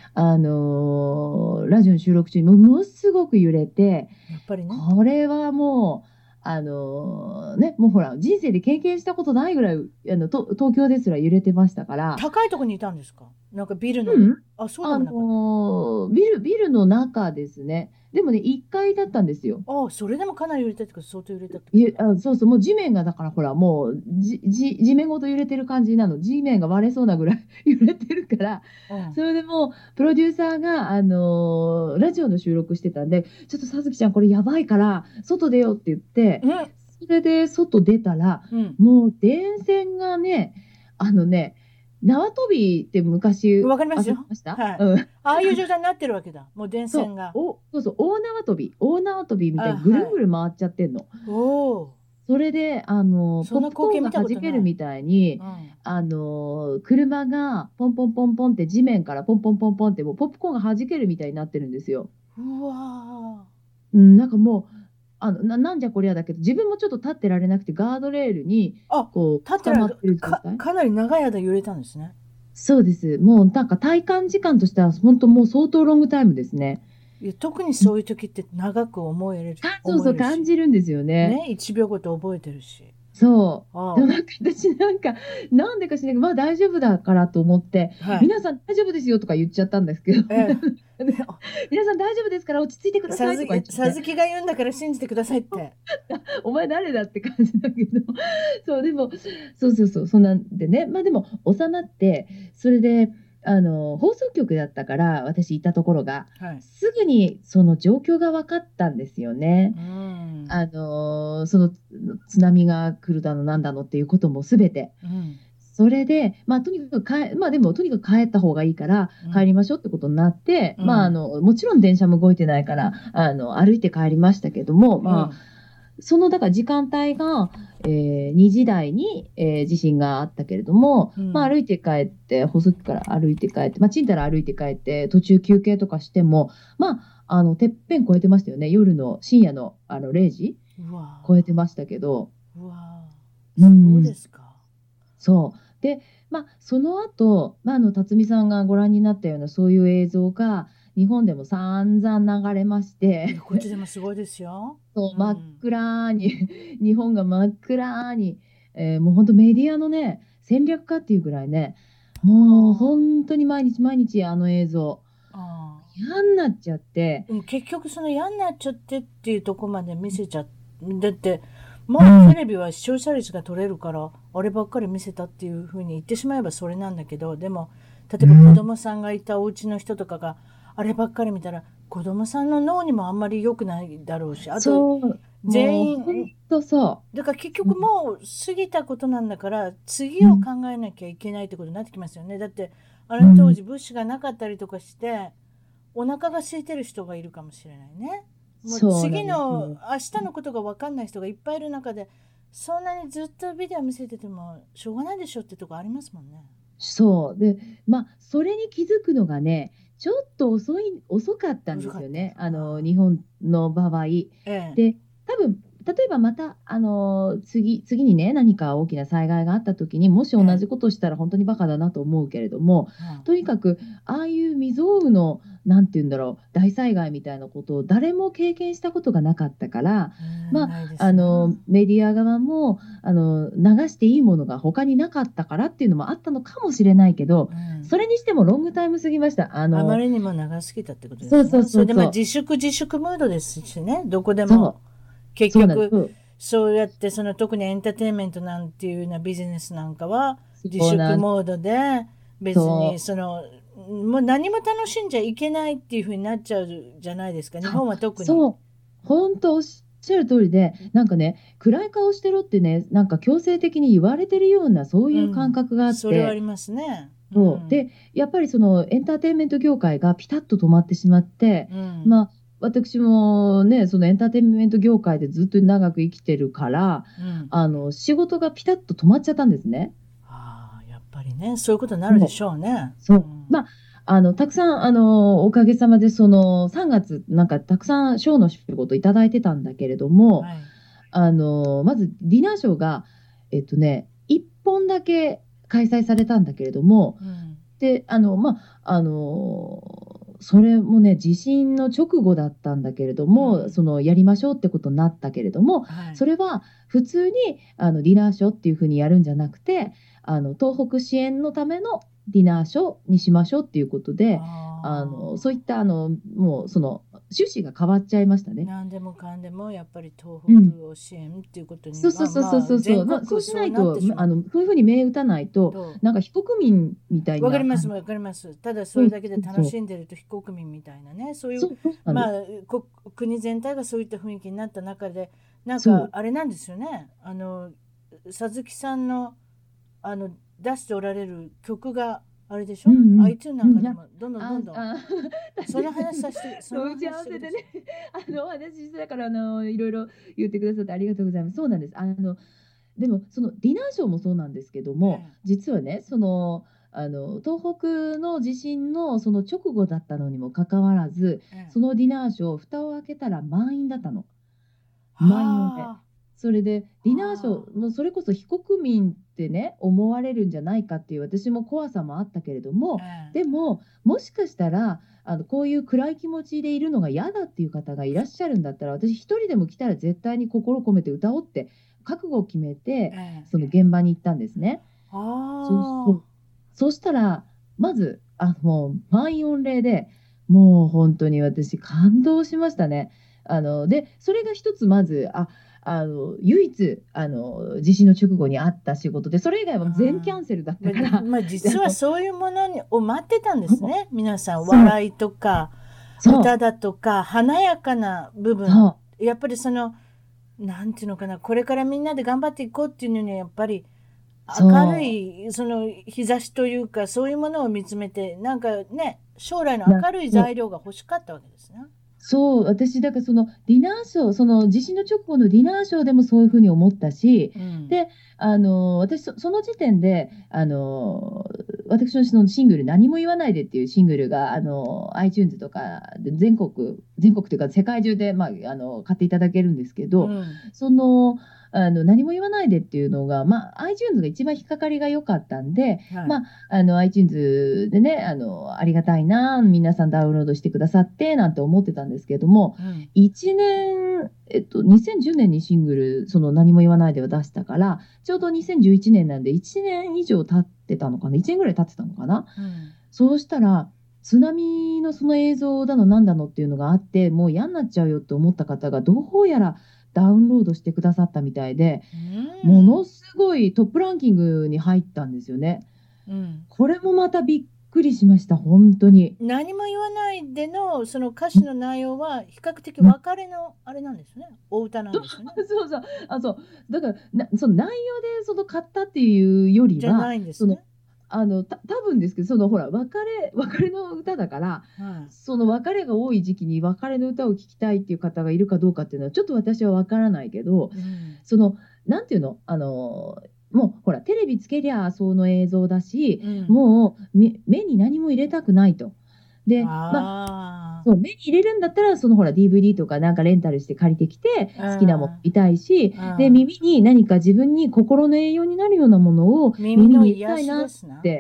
B: ラジオの収録中にものすごく揺れて、
A: やっぱりね。
B: これはもう、もうほら、人生で経験したことないぐらい、東京ですら揺れてましたから、
A: 高いところにいたんですか？なんかビルの。
B: うん、
A: あ、そうでもなかった。
B: ビルの中ですね。でもね、1階だったんですよ。
A: あ、それでもかなり揺れたってこと、相当揺れたってことか。
B: そうそう、もう地面がだからほら、もう地面ごと揺れてる感じなの。地面が割れそうなぐらい揺れてるから、
A: うん。
B: それでもう、プロデューサーが、ラジオの収録してたんで、ちょっとさずきちゃんこれやばいから、外出ようって言って、
A: うん。
B: それで外出たら、
A: うん。
B: もう電線がね、あのね、縄跳びって昔遊
A: わかりますよ。
B: びました？
A: はい。
B: うん。
A: ああいう状態になってるわけだ。もう電線が。
B: そうそう、大縄跳びみたい
A: あ、
B: にぐる
A: はい。
B: ぐる回っちゃってんの。
A: おお。
B: それで、
A: そ
B: ポップコーンが
A: んな光景見たことない。
B: 弾けるみたいに、
A: うん。
B: 車がポンポンポンポンって地面からポンポンポンポンってもうポップコーンが弾けるみたいになってるんですよ。
A: うわ
B: うん、なんかもう、なんじゃこりゃだけど、自分もちょっと立ってられなくて、ガードレールに
A: ー。あ、
B: こう
A: 立ってられる。
B: 捕まってる状態。
A: かなり長い間揺れたんですね。
B: そうです。もうなんか体感時間としては、本当もう相当ロングタイムですね。
A: いや、特にそういう時って長く
B: そうそう、
A: 思えるし。
B: 感じるんですよね。
A: ね、1秒ごと覚えてるし。
B: そう。でも
A: あ
B: なんか私なんか、なんでかしらないけど、まあ大丈夫だからと思って、
A: あ、はい。
B: 皆さん大丈夫ですよとか言っちゃったんですけど、
A: え
B: 皆さん大丈夫ですから落ち着いてくださいとか言っちゃって、
A: さずきが言うんだから信じてくださいって。
B: お前誰だって感じだけど、そう、でも、そうそうそう、そんなんでね、まあでも収まって、それで、 放送局だったから、私いたところが、
A: はい。
B: すぐにその状況が分かったんですよね。その津波が来るだのなんだのっていうこともすべて。それで、とにかくでもとにかく帰った方がいいから帰りましょうってことになって、もちろん電車も動いてないから、歩いて帰りましたけども、そのだから時間帯が、2時台に、地震があったけれども、歩いて帰って、細木から歩いて帰って、ちんたら歩いて帰って、途中休憩とかしても、てっぺん超えてましたよね。深夜の0時超えてましたけど。
A: そうですか。
B: そう。で、その後、辰巳さんがご覧になったようなそういう映像が、日本でも散々流れまして、
A: こっちでもすごいですよ。
B: そう真っ暗に日本が真っ暗に、もう本当メディアのね戦略家っていうぐらいね、もう本当に毎日毎日あの映像嫌になっちゃって、
A: 結局その嫌になっちゃってっていうとこまで見せちゃって、だってテレビは視聴者率が取れるから、あればっかり見せたっていうふうに言ってしまえばそれなんだけど、でも例えば子供さんがいたお家の人とかがあればっかり見たら、子供さんの脳にもあんまり良くないだろうし、あと全員そうだから結局もう過ぎたことなんだから、次を考えなきゃいけないってことになってきますよね。だってあの当時物資がなかったりとかして、お腹が空いてる人がいるかもしれないね。もう次の明日のことが分かんない人がいっぱいいる中で、そんなにずっとビデオ見せててもしょうがないでしょってとこありますもんね。
B: そうで、それに気づくのがね、ちょっと遅かったんですよね、日本の場合。で、多分例えばまた、次にね、何か大きな災害があった時に、もし同じことをしたら本当にバカだなと思うけれども、とにかくああいう未曾有のなんて言うんだろう、大災害みたいなことを誰も経験したことがなかったから、メディア側も流していいものが他になかったからっていうのもあったのかもしれないけど、それにしてもロングタイム過ぎました。
A: あまりにも長すぎたってことですね。それで自粛ムードですしね、どこでも。結局そうやって特にエンターテインメントなんていうようなビジネスなんかは自粛モードで、別にもう何も楽しんじゃいけないっていう風になっちゃうじゃないですか、日本は特に。
B: 本当おっしゃる通りで、なんかね、暗い顔してろってね、なんか強制的に言われてるようなそういう感覚があって、
A: それはありますね。
B: でやっぱりそのエンターテインメント業界がピタッと止まってしまって、私もね、そのエンターテインメント業界でずっと長く生きてるから、仕事がピタッと止まっちゃったんですね。
A: やっぱりね、そういうことになるでしょうね。
B: たくさんおかげさまでその3月なんかたくさんショーの仕事いただいてたんだけれども、まずディナーショーが1本だけ開催されたんだけれども、でそれもね、地震の直後だったんだけれども、やりましょうってことになったけれども、それは普通にディナーショーっていうふうにやるんじゃなくて、東北支援のためのディナーショーにしましょうっていうことで、そういったもうその趣旨が変わっちゃいましたね。
A: 何でもかんでもやっぱり東北を支援っていうことに、
B: そうしないと、そういうふうに銘打たないと、なんか非国民みたいな。
A: わかりますわかります。ただそれだけで楽しんでると非国民みたいなね、そういう国全体がそういった雰囲気になった中で、なんかあれなんですよね。佐々木さんの出しておられる曲があれでしょ、iTunes なんかでもどんどんその話させて、
B: その打ち合わせでね、私だからいろいろ言ってくださってありがとうございます。そうなんです。でもそのディナーショーもそうなんですけども、実はね、東北の地震のその直後だったのにもかかわらず、そのディナーショー蓋を開けたら満員だったの。満員で。それでディナーショーもそれこそ非国民ってね思われるんじゃないかっていう私も怖さもあったけれども、でももしかしたらこういう暗い気持ちでいるのが嫌だっていう方がいらっしゃるんだったら、私一人でも来たら絶対に心込めて歌おうって覚悟を決めて、その現場に行ったんですね。そうしたらまずもう満員御礼で、もう本当に私感動しましたね。でそれが一つまず唯一地震の直後にあった仕事で、それ以外は全キャンセルだったから、
A: 実はそういうものを待ってたんですね。皆さん、笑いとか歌だとか華やかな部分、やっぱりなんていうのかな、これからみんなで頑張っていこうっていうのに、やっぱり明るい日差しというか、そういうものを見つめて、なんかね、将来の明るい材料が欲しかったわけですね。
B: そう、私、だからディナーショー、地震の直後のディナーショーでもそういうふうに思ったし、で、私、その時点で、私のそのシングル、何も言わないでっていうシングルが、iTunes とか全国というか世界中で、買っていただけるんですけど、何も言わないでっていうのが、iTunes が一番引っかかりが良かったんで、iTunes でね、ありがたいな、皆さんダウンロードしてくださって、なんて思ってたんですけども、1年、2010年にシングル、何も言わないでを出したから、ちょうど2011年なんで、1年以上経ってたのかな、1年ぐらい経ってたのかな。そうしたら、津波のその映像だのなんだのっていうのがあって、もう嫌になっちゃうよって思った方が、どうやらダウンロードしてくださったみたいで、ものすごいトップランキングに入ったんですよね。これもまたびっくりしました、本当に。
A: 何も言わないでのその歌詞の内容は比較的別れのあれなんですね。お歌なんですよね。
B: そうだからその内容で買ったっていうよりは、
A: じゃないんですね。
B: 多分ですけど、ほら別れの歌だから、その別れが多い時期に別れの歌を聴きたいっていう方がいるかどうかっていうのはちょっと私は分からないけど、なんていうの、もうほらテレビつけりゃその映像だし、もう目に何も入れたくないと。で、そう目に入れるんだったらほら DVD とかなんかレンタルして借りてきて好きなもの見たいし、で耳に何か自分に心の栄養になるようなものを耳に入れたいなって。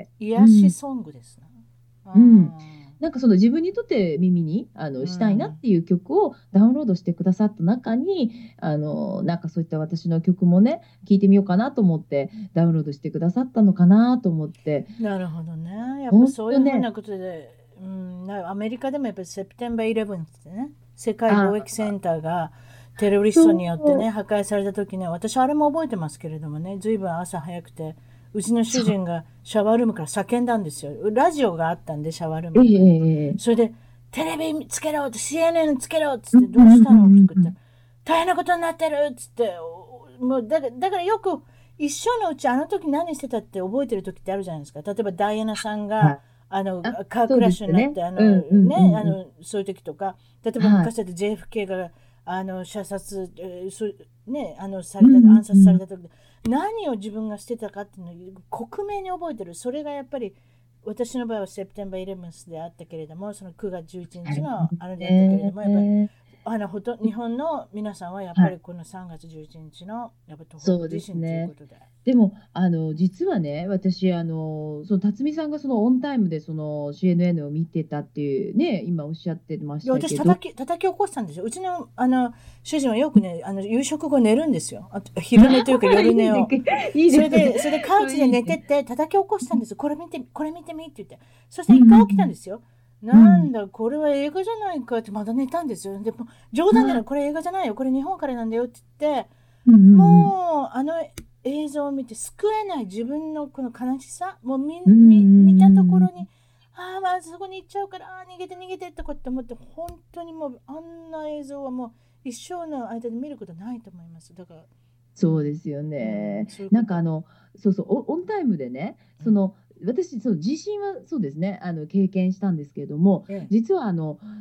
A: 癒しソングですね。
B: なんか自分にとって耳にしたいなっていう曲をダウンロードしてくださった中に、なんかそういった私の曲もね聴いてみようかなと思ってダウンロードしてくださったのかなと思って。
A: なるほどね。やっぱそういうふうなことで、アメリカでもやっぱりセプテンバー11ってね、世界貿易センターがテロリストによってね破壊された時ね、私あれも覚えてますけれどもね、ずいぶん朝早くてうちの主人がシャワールームから叫んだんですよ。ラジオがあったんでシャワールームに、それでテレビつけろって CNN つけろっつって、どうしたのって言って、大変なことになってるっつって、もうだからよく一生のうちあの時何してたって覚えてる時ってあるじゃないですか。例えばダイアナさんがカークラッシュになってそういう時とか、例えば昔だって JFK が射殺、暗殺された時、何を自分がしてたかっていうのを克明に覚えてる。それがやっぱり私の場合はセプテンバー11であったけれども、その9月11日のあれであったけれども、やっぱり日本の皆さんはやっぱりこの3月11日のやっぱ東北地震ということで。
B: でも実はね、私辰巳さんがオンタイムでCNN を見てたっていうね、今おっしゃってましたけど、
A: 私叩き起こしたんですよ。うちの主人はよくね夕食後寝るんですよ。昼寝というか夜寝を。それでカウチで寝てて叩き起こしたんですよ。これ見てみって言って、そして一回起きたんですよ。なんだこれは映画じゃないかってまだ寝たんですよ。でも冗談じゃない、これ映画じゃないよ、これ日本からなんだよって言って、もう映像を見て救えない自分のこの悲しさ、もう見たところにまずそこに行っちゃうから逃げてとかって思って、本当にもうあんな映像はもう一生の間で見ることないと思います。だから
B: そうですよね。なんかオンタイムでね、私地震はそうですね経験したんですけれども、実は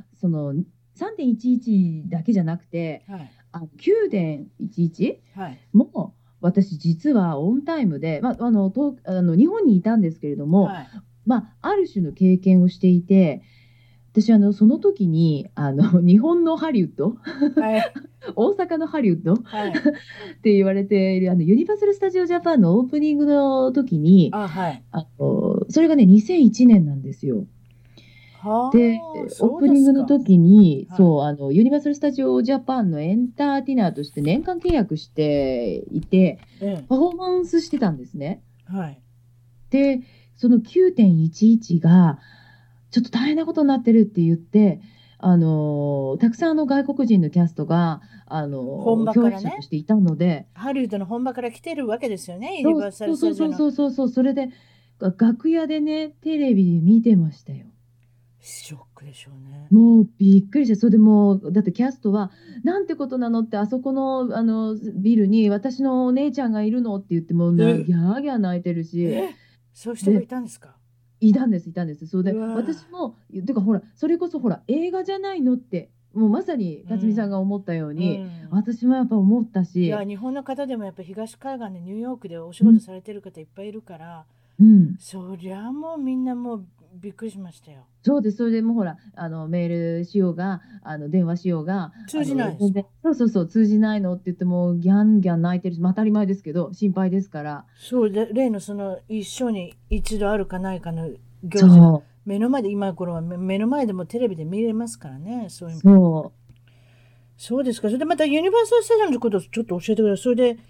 B: 3.11 だけじゃなくて、9.11 も私実はオンタイムで、日本にいたんですけれども、ある種の経験をしていて、私その時に日本のハリウッド、大阪のハリウッドって言われているユニバーサル・スタジオ・ジャパンのオープニングの時に、それがね2001年なんですよ。でオープニングの時にユニバーサル・スタジオ・ジャパンのエンターテイナーとして年間契約していて、パフォーマンスしてたんですね。でその 9.11 がちょっと大変なことになってるって言ってたくさんの外国人のキャストが、
A: 本場からね、
B: 共演者としていたので、
A: ハリウッドの本場から来てるわけですよね、ユニバーサル・スタジオの。
B: それで、楽屋でね、テレビで見てましたよ。
A: ショックでしょうね。
B: もうびっくりした。それでもう、だってキャストは、なんてことなのって、あそこの、ビルに私のお姉ちゃんがいるのって言って、もうギャーギャー泣いてるし。
A: そういう人がいたんですか？
B: いたんです、いたんです。そうで、私も、てかほら、それこそほら、映画じゃないのって、もうまさに辰巳さんが思ったように、私もやっぱ思ったし。
A: いや、日本の方でもやっぱ東海岸でニューヨークでお仕事されてる方いっぱいいるから、そりゃもうみんなもうびっくりしましたよ。
B: そうです。それでもうほら、メールしようが、電話しようが、
A: 通じないです。
B: そう、通じないのって言っても、ギャンギャン泣いてるし、当たり前ですけど、心配ですから。
A: そうで、例のその一生に一度あるかないかの行事が目の前で、今頃は目の前でもテレビで見れますからね、そういうの。そうですか。それでまたユニバーサル・スタジオのことをちょっと教えてください。それで、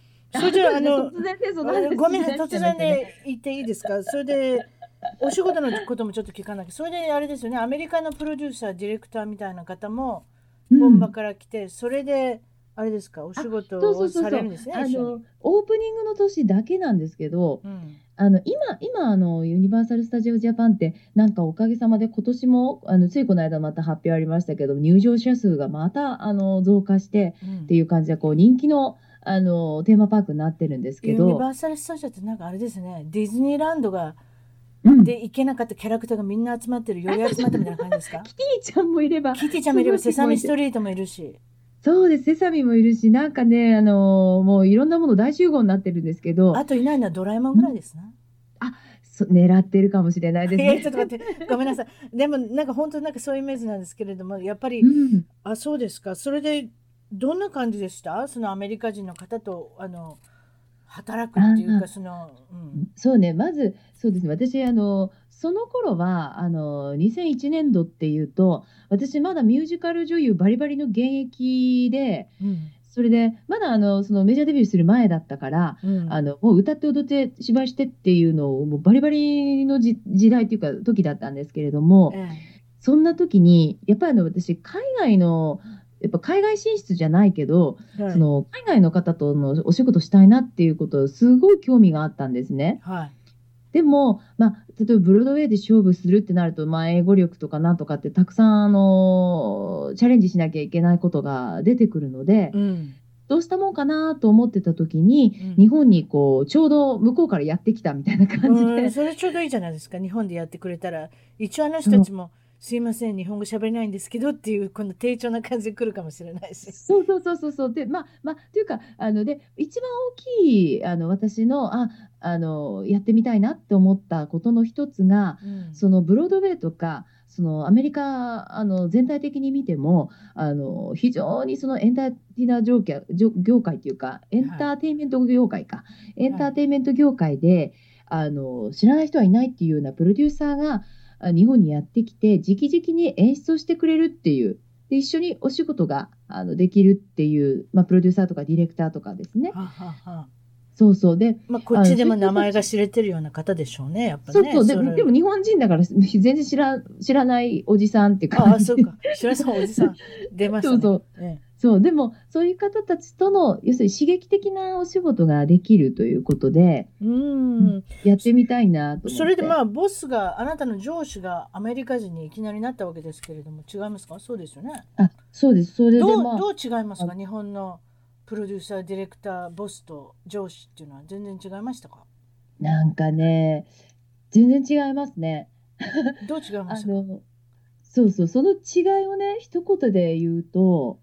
A: ごめんなさい、突然で言っていいですか？それで、お仕事のこともちょっと聞かなきゃ。それであれですよね、アメリカのプロデューサー、ディレクターみたいな方も本場から来て、それで、あれですか、お仕事をされるんですね。
B: オープニングの年だけなんですけど、今ユニバーサル・スタジオ・ジャパンって、なんかおかげさまで今年もついこの間また発表ありましたけど、入場者数がまた増加してっていう感じで、こう人気のテーマパークになってるんですけど、
A: ユニバーサル・スタジオってなんかあれですね、ディズニーランドがで行けなかったキャラクターがみんな集まってる、より集まったみたいな感じですか？
B: キティちゃんもいれば、
A: キティちゃんもいれば、セサミストリートもいるし。
B: そうです、セサミもいるし、なんかね、もういろんなもの大集合になってるんですけど、
A: あといないのはドラえもんぐらいですね。
B: 狙ってるかもしれないですね。
A: ちょっと待って、ごめんなさい。でもなんか本当なんかそういうイメージなんですけれども、やっぱり、あ、そうですか。それでどんな感じでした？そのアメリカ人の方と働くっていうか、
B: そうね、まずそうですね、私その頃は2001年度っていうと、私まだミュージカル女優バリバリの現役で、それでまだそのメジャーデビューする前だったから、もう歌って踊って芝居してっていうのをもうバリバリの時代っていうか時だったんですけれども、そんな時にやっぱり私やっぱ海外進出じゃないけど、その海外の方とのお仕事したいなっていうことすごい興味があったんですね。でも、例えばブロードウェイで勝負するってなると、英語力とかなんとかってたくさんチャレンジしなきゃいけないことが出てくるので、どうしたもんかなと思ってた時に、日本にこうちょうど向こうからやってきたみたいな感じで、
A: それちょうどいいじゃないですか。日本でやってくれたら、一応あの人たちもすいません、日本語喋れないんですけどっていう、この低調な感じで来るかもしれないし。
B: そう。で、というか、で、一番大きい、私の、やってみたいなって思ったことの一つが、そのブロードウェイとか、そのアメリカ、全体的に見ても、非常にそのエンターテイナー業界っていうか、エンターテインメント業界か、エンターテインメント業界で、知らない人はいないっていうようなプロデューサーが、日本にやってきて、直々に演出をしてくれるっていう、で一緒にお仕事ができるっていう、プロデューサーとかディレクターとかですね。そうで、
A: こっちでも名前が知れてるような方でしょうね、やっぱね。
B: でも日本人だから全然知らないおじさんっていうか。
A: そうか、知らないおじさん出ましたね。
B: そうでもそういう方たちとの要するに刺激的なお仕事ができるということで、やってみたいなと思って。
A: それでボスがあなたの上司がアメリカ人にいきなりなったわけですけれども、違いますか？そうですよね。
B: そうです。それで
A: どう違いますか？日本のプロデューサー、ディレクター、ボスと上司っていうのは全然違いましたか？
B: なんかね、全然違いますね。
A: どう違いますか？
B: その違いをね、一言で言うと、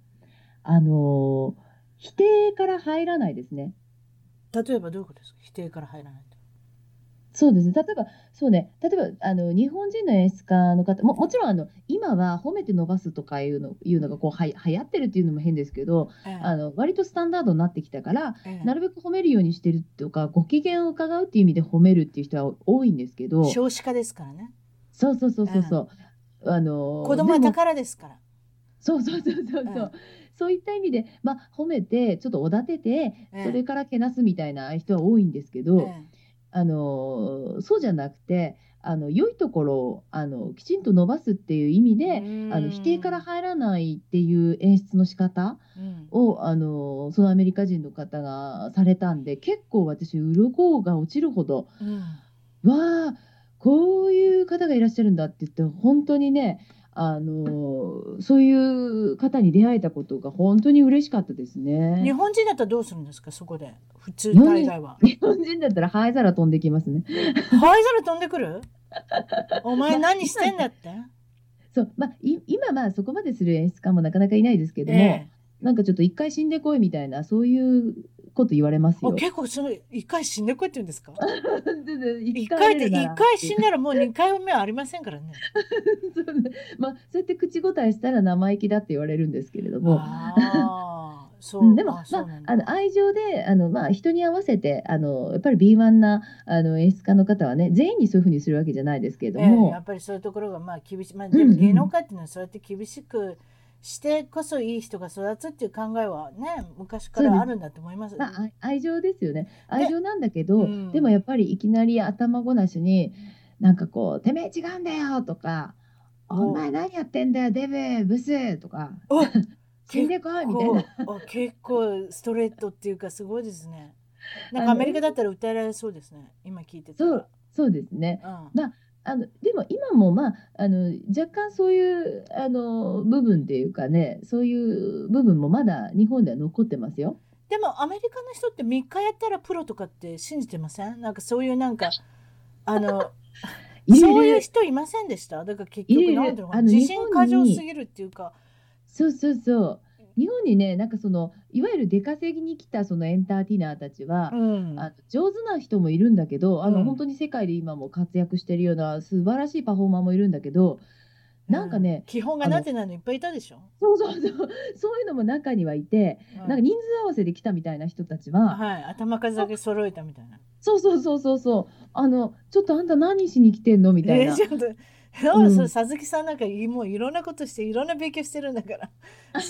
B: 否定から入らないですね。
A: 例えばどういうことですか？否定から入らないと。
B: そうですね。例えば日本人の演出家の方もちろん今は褒めて伸ばすとかいうのがこう流行ってるっていうのも変ですけど、割とスタンダードになってきたから、なるべく褒めるようにしてるとか、ご機嫌を伺うっていう意味で褒めるっていう人は多いんですけど、
A: 少子化ですからね。
B: そう。
A: 子供は宝ですから。
B: そう。そういった意味で、褒めてちょっとおだてて、それからけなすみたいな人は多いんですけど、そうじゃなくて、 良いところをきちんと伸ばすっていう意味で否定から入らないっていう演出の仕方をそのアメリカ人の方がされたんで、結構私鱗が落ちるほど、わあこういう方がいらっしゃるんだって言って、本当にねそういう方に出会えたことが本当に嬉しかったですね。
A: 日本人だったらどうするんですか、そこで。普通大概は。
B: 日本人だったら灰皿飛んできますね。
A: 灰皿飛んでくるお前何してんだって。
B: そう、今そこまでする演出家もなかなかいないですけども、なんかちょっと一回死んでこいみたいな、そういうこと言われますよ。
A: 結構一回死んでこいって言うんですか。
B: 一
A: 回死んだらもう2回目はありませんからね。
B: そうやって口答えしたら生意気だって言われるんですけれども。でも愛情で人に合わせてやっぱり敏腕な演出家の方はね、全員にそういうふうにするわけじゃないですけれども、
A: やっぱりそういうところが厳しい。でも芸能界っていうのはそうやって厳しくしてこそいい人が育つっていう考えはね、昔からあるんだと思います。
B: 愛情ですよね。愛情なんだけど、でもやっぱりいきなり頭ごなしになんかこう「てめえ違うんだよ」とか「お前何やってんだよデブブス」とか「死んでこい」みたいな。
A: 結構ストレートっていうかすごいですね。なんかアメリカだったら訴えられそうですね、今聞いてたら。
B: そうですね。でも今も若干そういう部分っていうかね、そういう部分もまだ日本では残ってますよ。
A: でもアメリカの人って3日やったらプロとかって信じてません？なんかそういうなんかそういう人いませんでした？だから結局なんていうのかな、自信過剰すぎるっていうか。
B: そう日本にね、なんかいわゆる出稼ぎに来たそのエンターテイナーたちは、上手な人もいるんだけど、本当に世界で今も活躍してるような素晴らしいパフォーマーもいるんだけど、なんかね、
A: 基本がなってないのいっぱいいたでしょ。
B: そういうのも中にはいて、なんか人数合わせで来たみたいな人たちは、
A: 頭数だけ揃えたみたいな。
B: そうちょっとあんた何しに来てんのみたいな。
A: さずきさんなんかもういろんなことしていろんな勉強してるんだから。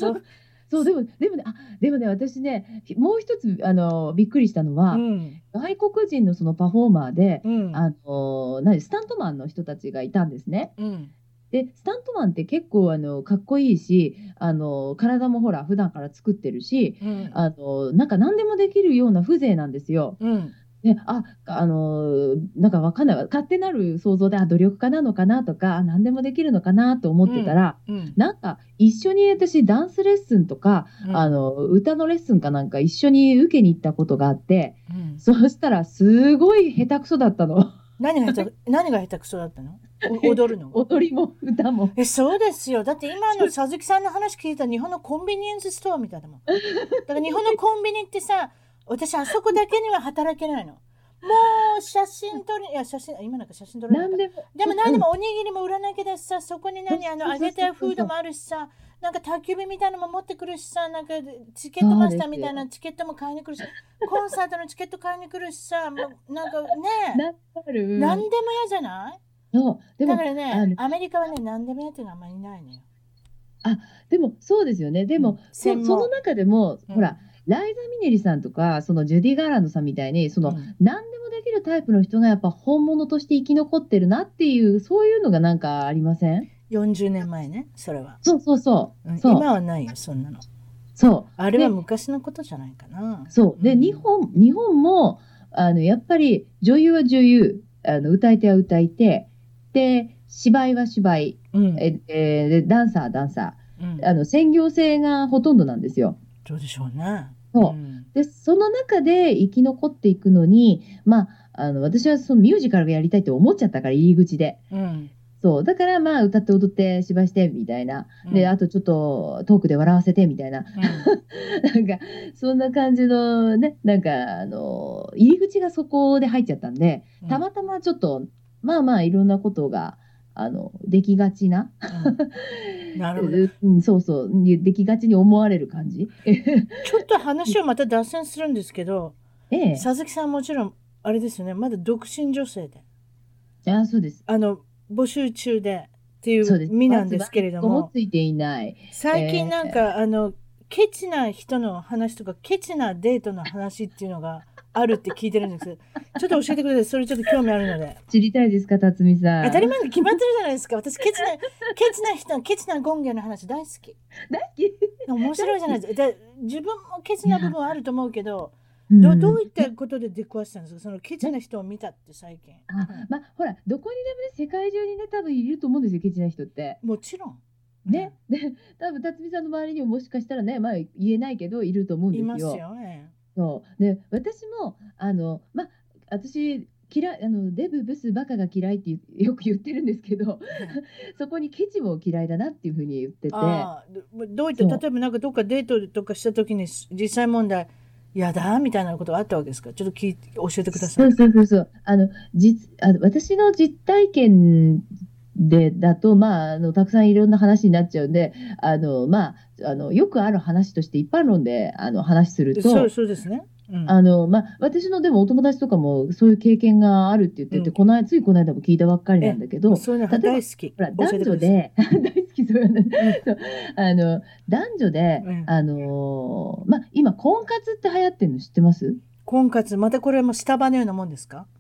A: でもね、私ね、もう一つびっくりしたのは、外国人のそのパフォーマーで、スタントマンの人たちがいたんですね。でスタントマンって結構かっこいいし、体もほら普段から作ってるし、なんか何でもできるような風情なんですよ。でなんか分かんない、勝手なる想像で努力家なのかなとか何でもできるのかなと思ってたら、なんか一緒に私ダンスレッスンとか、歌のレッスンかなんか一緒に受けに行ったことがあって、そうしたらすごい下手くそだったの。 何が下手くそだったの？踊るの？
B: 踊りも歌も。
A: そうですよ。だって今のさずきさんの話聞いたら日本のコンビニエンスストアみたいだもん。だから日本のコンビニってさ、私あそこだけには働けないの。もう写真撮り、今なんか写真撮れない。でも何でもおにぎりも売らなきゃだしさ、そこに揚げたフードもあるしさ、なんか宅急便みたいなのも持ってくるしさ、なんかチケットマスターみたいなチケットも買いに来るし、コンサートのチケット買いに来るしさ、なんかね、何でも嫌じゃない？だからね、アメリカはね、何でも嫌っていうのはあんまりいないのよ。
B: でもそうですよね。でもその中でも、ほらライザ・ミネリさんとかそのジュディ・ガーランドさんみたいに何でもできるタイプの人がやっぱ本物として生き残ってるなっていう、そういうのがなんかありません
A: ？40年前ね、それは。今はないよ、そんなの。あれは昔のことじゃないかな。
B: で日本もやっぱり女優は女優、歌い手は歌い手で、芝居は芝居、ダンサーはダンサー、専業性がほとんどなんですよ。
A: どうでしょうね。
B: でその中で生き残っていくのに、私はそのミュージカルがやりたいと思っちゃったから、入り口で。だから歌って踊って芝居してみたいな、であとちょっとトークで笑わせてみたいな、なんかそんな感じのね、なんか入り口がそこで入っちゃったんで、たまたまちょっといろんなことができがちな、
A: なるほど、
B: できがちに思われる感じ。
A: ちょっと話をまた脱線するんですけど、さずきさんもちろんあれですよね、まだ独身女性で。
B: そうです。
A: 募集中でっていう身なんですけれども、
B: ついていない。
A: 最近なんかケチな人の話とかケチなデートの話っていうのがあるって聞いてるんですけど、ちょっと教えてください。それちょっと興味あるので。
B: 知りたいですか、辰巳さん。
A: 当たり前に決まってるじゃないですか。私ケチな人、ケチな権限の話大好き。
B: 大好き。
A: 面白いじゃないですか。自分もケチな部分はあると思うけど、どういったことで出くわしたんですか、そのケチな人を見たって最近。
B: まあほら、どこにでもね、世界中にね、多分いると思うんですよ、ケチな人って。
A: もちろん。
B: ね、で、多分辰巳さんの周りにももしかしたらね、まあ言えないけどいると思うんですよ。
A: いますよね。
B: そうで、私もまあ私嫌いデブブスバカが嫌いってよく言ってるんですけど、そこにケチも嫌いだなっていうふうに言ってて。
A: どういった例えばなんかどっかデートとかした時に実際問題やだみたいなことがあったわけですか。ちょっと教えてください。
B: そう私の実体験だと、まあ、たくさんいろんな話になっちゃうんで、まあ、よくある話として一般論で話すると、
A: そうですね。
B: まあ、私のでもお友達とかもそういう経験があるって言ってて、ついこの間も聞いたばっかりなんだけど、
A: そういうの大好き。
B: ほら男女で大好きそう男女で、まあ、今婚活って流行ってるの知ってます？
A: 婚活、またこれもスタバのようなもんですか？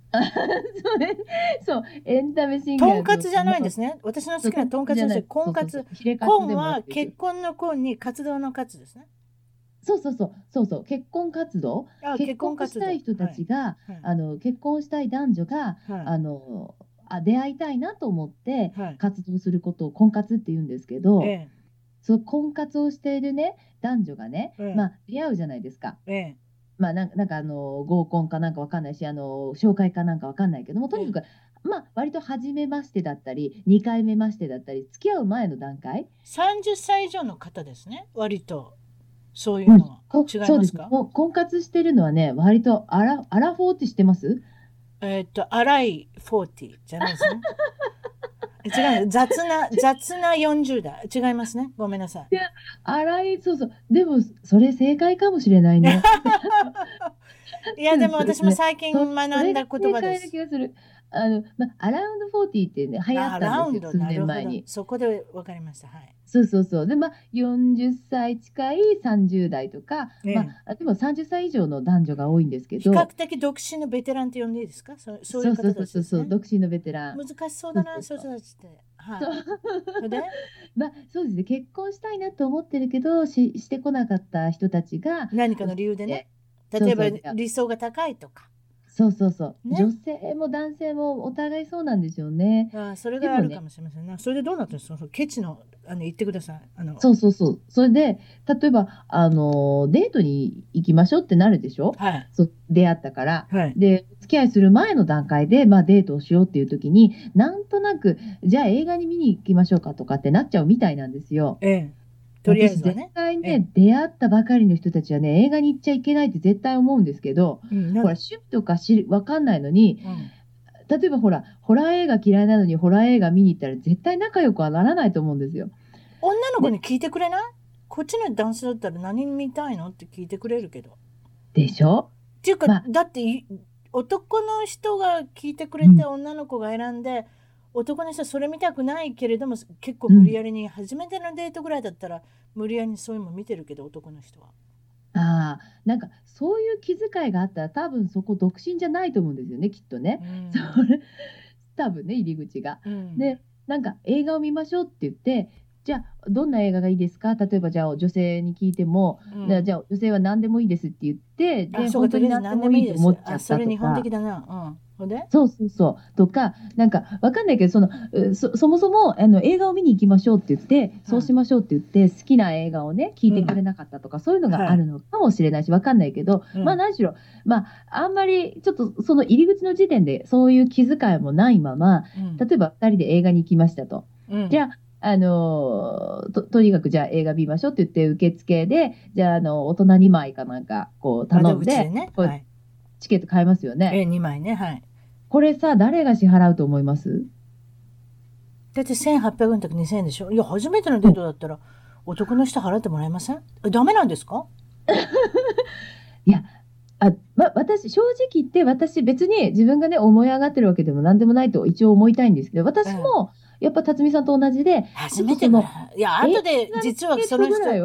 B: そう、エンタメシンガー。
A: とんかつじゃないんですね。私の好きなとんかつです。婚活。婚は結婚の婚に活動の活ですね。
B: そう、結婚活動。結婚したい人たちが、結婚したい男女が、出会いたいなと思って活動することを婚活って言うんですけど、そう婚活をしているね、男女がね、まあ出会うじゃないですか。まあなんか合コンかなんかわかんないし、紹介かなんかわかんないけども、とにかく、まあ割と初めましてだったり、2回目ましてだったり、付き合う前の段階。
A: 30歳以上の方ですね、割と。そういうのは違いますか？
B: 婚活してるのはね、割とアラフォーって知ってます？
A: 荒い40じゃないですね。違う、雑な40代。違いますね。ごめんなさい。
B: いや、そう。でも、それ正解かもしれないね。
A: いや、でも私も最近学んだ言葉です。
B: アラウンド40ってね、流行ったんですよ、数年前に。
A: そこで分かりました。はい。
B: そう。で、まあ、40歳近い30代とか、まあ、でも30歳以上の男女が多いんですけど。
A: 比較的独身のベテランって呼んでいいですか？そういう方たちですね。
B: そう、独身のベテラン。
A: 難しそうだな、そういう人たちって。はい。で、
B: まあ、そうですね、結婚したいなと思ってるけど、してこなかった人たちが。
A: 何かの理由でね。例えば理想が高いとか。
B: そう、ね、女性も男性もお互いそうなんですよね。
A: それがあるかもしれませんね。それでどうなったんですか？ケチの言ってください。
B: そう。それで例えばデートに行きましょうってなるでしょ。出会ったから。で付き合いする前の段階で、まあ、デートをしようっていう時になんとなくじゃあ映画に見に行きましょうかとかってなっちゃうみたいなんですよ。
A: とりあえずはね。
B: 絶対ね、出会ったばかりの人たちはね、映画に行っちゃいけないって絶対思うんですけど、ほら、趣味とか分かんないのに、例えばほら、ホラー映画嫌いなのにホラー映画見に行ったら絶対仲良くはならないと思うんですよ。
A: 女の子に聞いてくれない？こっちの男性だったら何見たいのって聞いてくれるけど。
B: でしょ？
A: っていうか、だって男の人が聞いてくれて女の子が選んで、男の人はそれ見たくないけれども結構無理やりに、初めてのデートぐらいだったら無理やりにそういうの見てるけど、男の人は。
B: なんかそういう気遣いがあったら多分そこ独身じゃないと思うんですよね、きっとね。多分ね、入り口が。でなんか映画を見ましょうって言って、じゃあどんな映画がいいですか？例えばじゃあ女性に聞いても、じゃあ女性は何でもいいですって言って、で本当に何でもいいと思っちゃったとか。
A: それ日本的だな。
B: そうとか、なんかわかんないけど、そもそも映画を見に行きましょうって言って、そうしましょうって言って好きな映画をね聞いてくれなかったとか、そういうのがあるのかもしれないし、わかんないけど、まあ何しろ、まああんまりちょっとその入り口の時点でそういう気遣いもないまま、例えば2人で映画に行きましたと。じゃあとにかくじゃあ映画見ましょうって言って受付で、じゃあ大人2枚かなんかこう頼んで、チケット買えますよね。
A: 2枚ね。はい。
B: これさ、誰が支払うと思います？
A: だって1800円とか2000円でしょ。いや、初めてのデートだったら男の人払ってもらえません？ダメなんですか？
B: いや、私正直言って私別に自分がね思い上がってるわけでも何でもないと一応思いたいんですけど、私もやっぱ辰巳さんと同じで、
A: 初めての、いや後で実はその人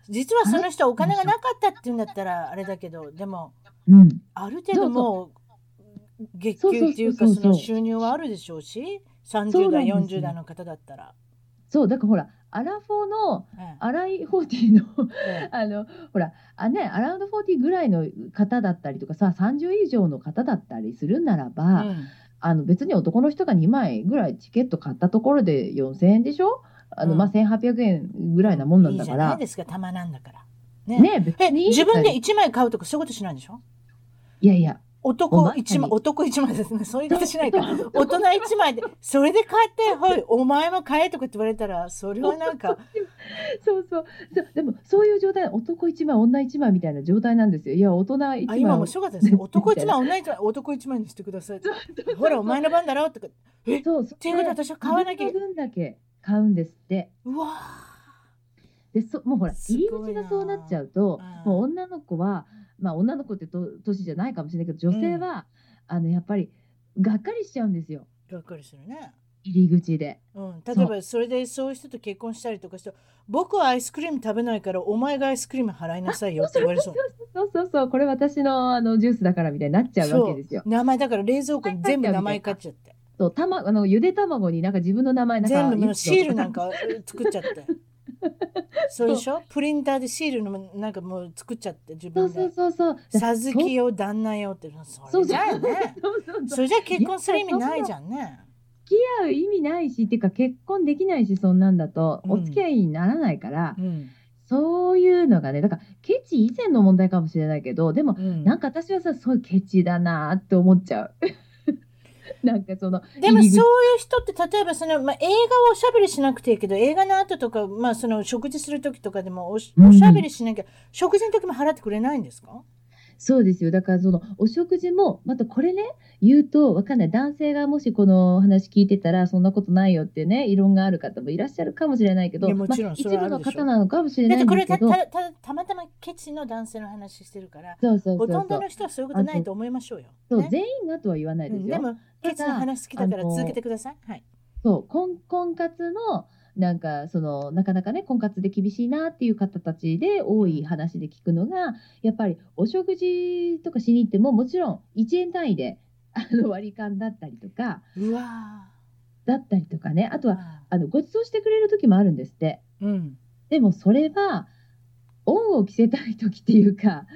A: 実はその人はお金がなかったっていうんだったらあれだけど、でも、ある程度もう月給っていうかその収入はあるでしょうし、30代40代の方だったら。
B: そうだからほらアラフォーの荒井40のほらアラウンド40ぐらいの方だったりとかさ、30以上の方だったりするならば、別に男の人が2枚ぐらいチケット買ったところで4000円でしょ。1800円ぐらいなもんなんだから。いいじゃ
A: ないですか、たまなんだから。
B: 別に
A: 自分で1枚買うとかそういうことしないんでしょ。
B: いやいや。
A: 男一枚ですね。そういうことしないか。大人1枚で、それで買って、はい、お前も買えとかって言われたら、それはなんか。
B: そう。でも、そういう状態、男1枚、女1枚みたいな状態なんですよ。いや、大人1枚。
A: 今もそうかですね。男1枚、女1枚、男1枚にしてください。ほら、お前の番だろとか。っていうことで私は買わなきゃ。
B: 分だけ買うんですって。
A: うわ
B: でもうほら、入り口がそうなっちゃうと、もう女の子は、女の子って年じゃないかもしれないけど、女性は、やっぱりがっかりしちゃうんですよ。
A: がっかりするね。
B: 入り口で。
A: 例えばそれでそういう人と結婚したりとかして、僕はアイスクリーム食べないからお前がアイスクリーム払いなさいよって言われそう。
B: そうこれ私のジュースだからみたいになっちゃうわけですよ。
A: 名前だから冷蔵庫に全部名前書っちゃって。
B: ゆで卵になんか自分の名前なんか
A: 全部シールなんか作っちゃって。そうでしょ。プリンターでシールのなんかもう作っちゃって自分で。
B: そう。
A: さずきよ旦那よってそれじゃね。それじゃ結婚する意味ないじゃんね。
B: 付き合う意味ないしっていうか結婚できないし、そんなんだとお付き合いにならないから、そういうのがね、だからケチ以前の問題かもしれないけど、でも、なんか私はさ、そういうケチだなって思っちゃう。なんか
A: でもそういう人って例えば映画をおしゃべりしなくていいけど、映画の後とか、その食事する時とかでもおしゃべりしなきゃ、食事の時も払ってくれないんですか？
B: そうですよ。だからそのお食事もまたこれね言うとわかんない、男性がもしこの話聞いてたらそんなことないよってね異論がある方もいらっしゃるかもしれないけど、
A: もちろん
B: 一部の方なのかもしれないんですけど、
A: だってこれたまたまケチの男性の話してるから、ほとんどの人はそういうことないと思いましょうよ。
B: そう全員がとは言わないですよ。
A: でもケチの話好きだから続けてください。はい。
B: そう婚活のなんかなかなかね婚活で厳しいなっていう方たちで多い話で聞くのが、やっぱりお食事とかしに行ってももちろん1円単位で割り勘だったりとかだったりとかね、あとはご馳走してくれる時もあるんですって。でもそれは恩を着せたい時っていうか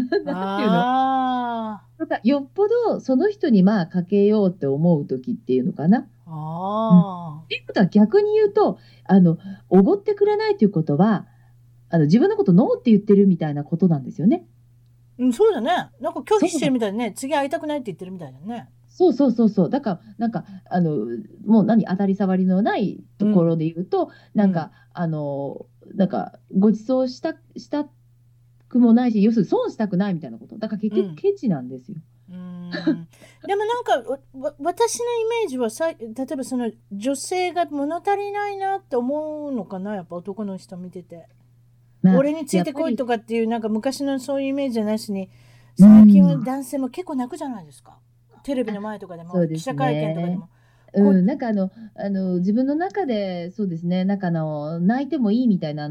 B: なんていうの、よっぽどその人にかけようって思う時っていうのかな。っていうことは逆に言うとおごってくれないということは自分のことノーって言ってるみたいなことなんですよね。
A: そうだね。なんか拒否してるみたいね。次会いたくないって言ってるみたいだね。
B: そうだからなんかもう当たり障りのないところで言うと、なんかなんかご馳走したくもないし、要するに損したくないみたいなことだから結局ケチなんですよ。
A: でもなんか私のイメージは例えばその女性が物足りないなって思うのかな、やっぱ男の人見てて、俺についてこいとかっていうなんか昔のそういうイメージじゃないしに、最近は男性も結構泣くじゃないですか、テレビの前とかでも記者会見とかでも。
B: なんか自分の中でそうですね、なんか泣いてもいいみたいな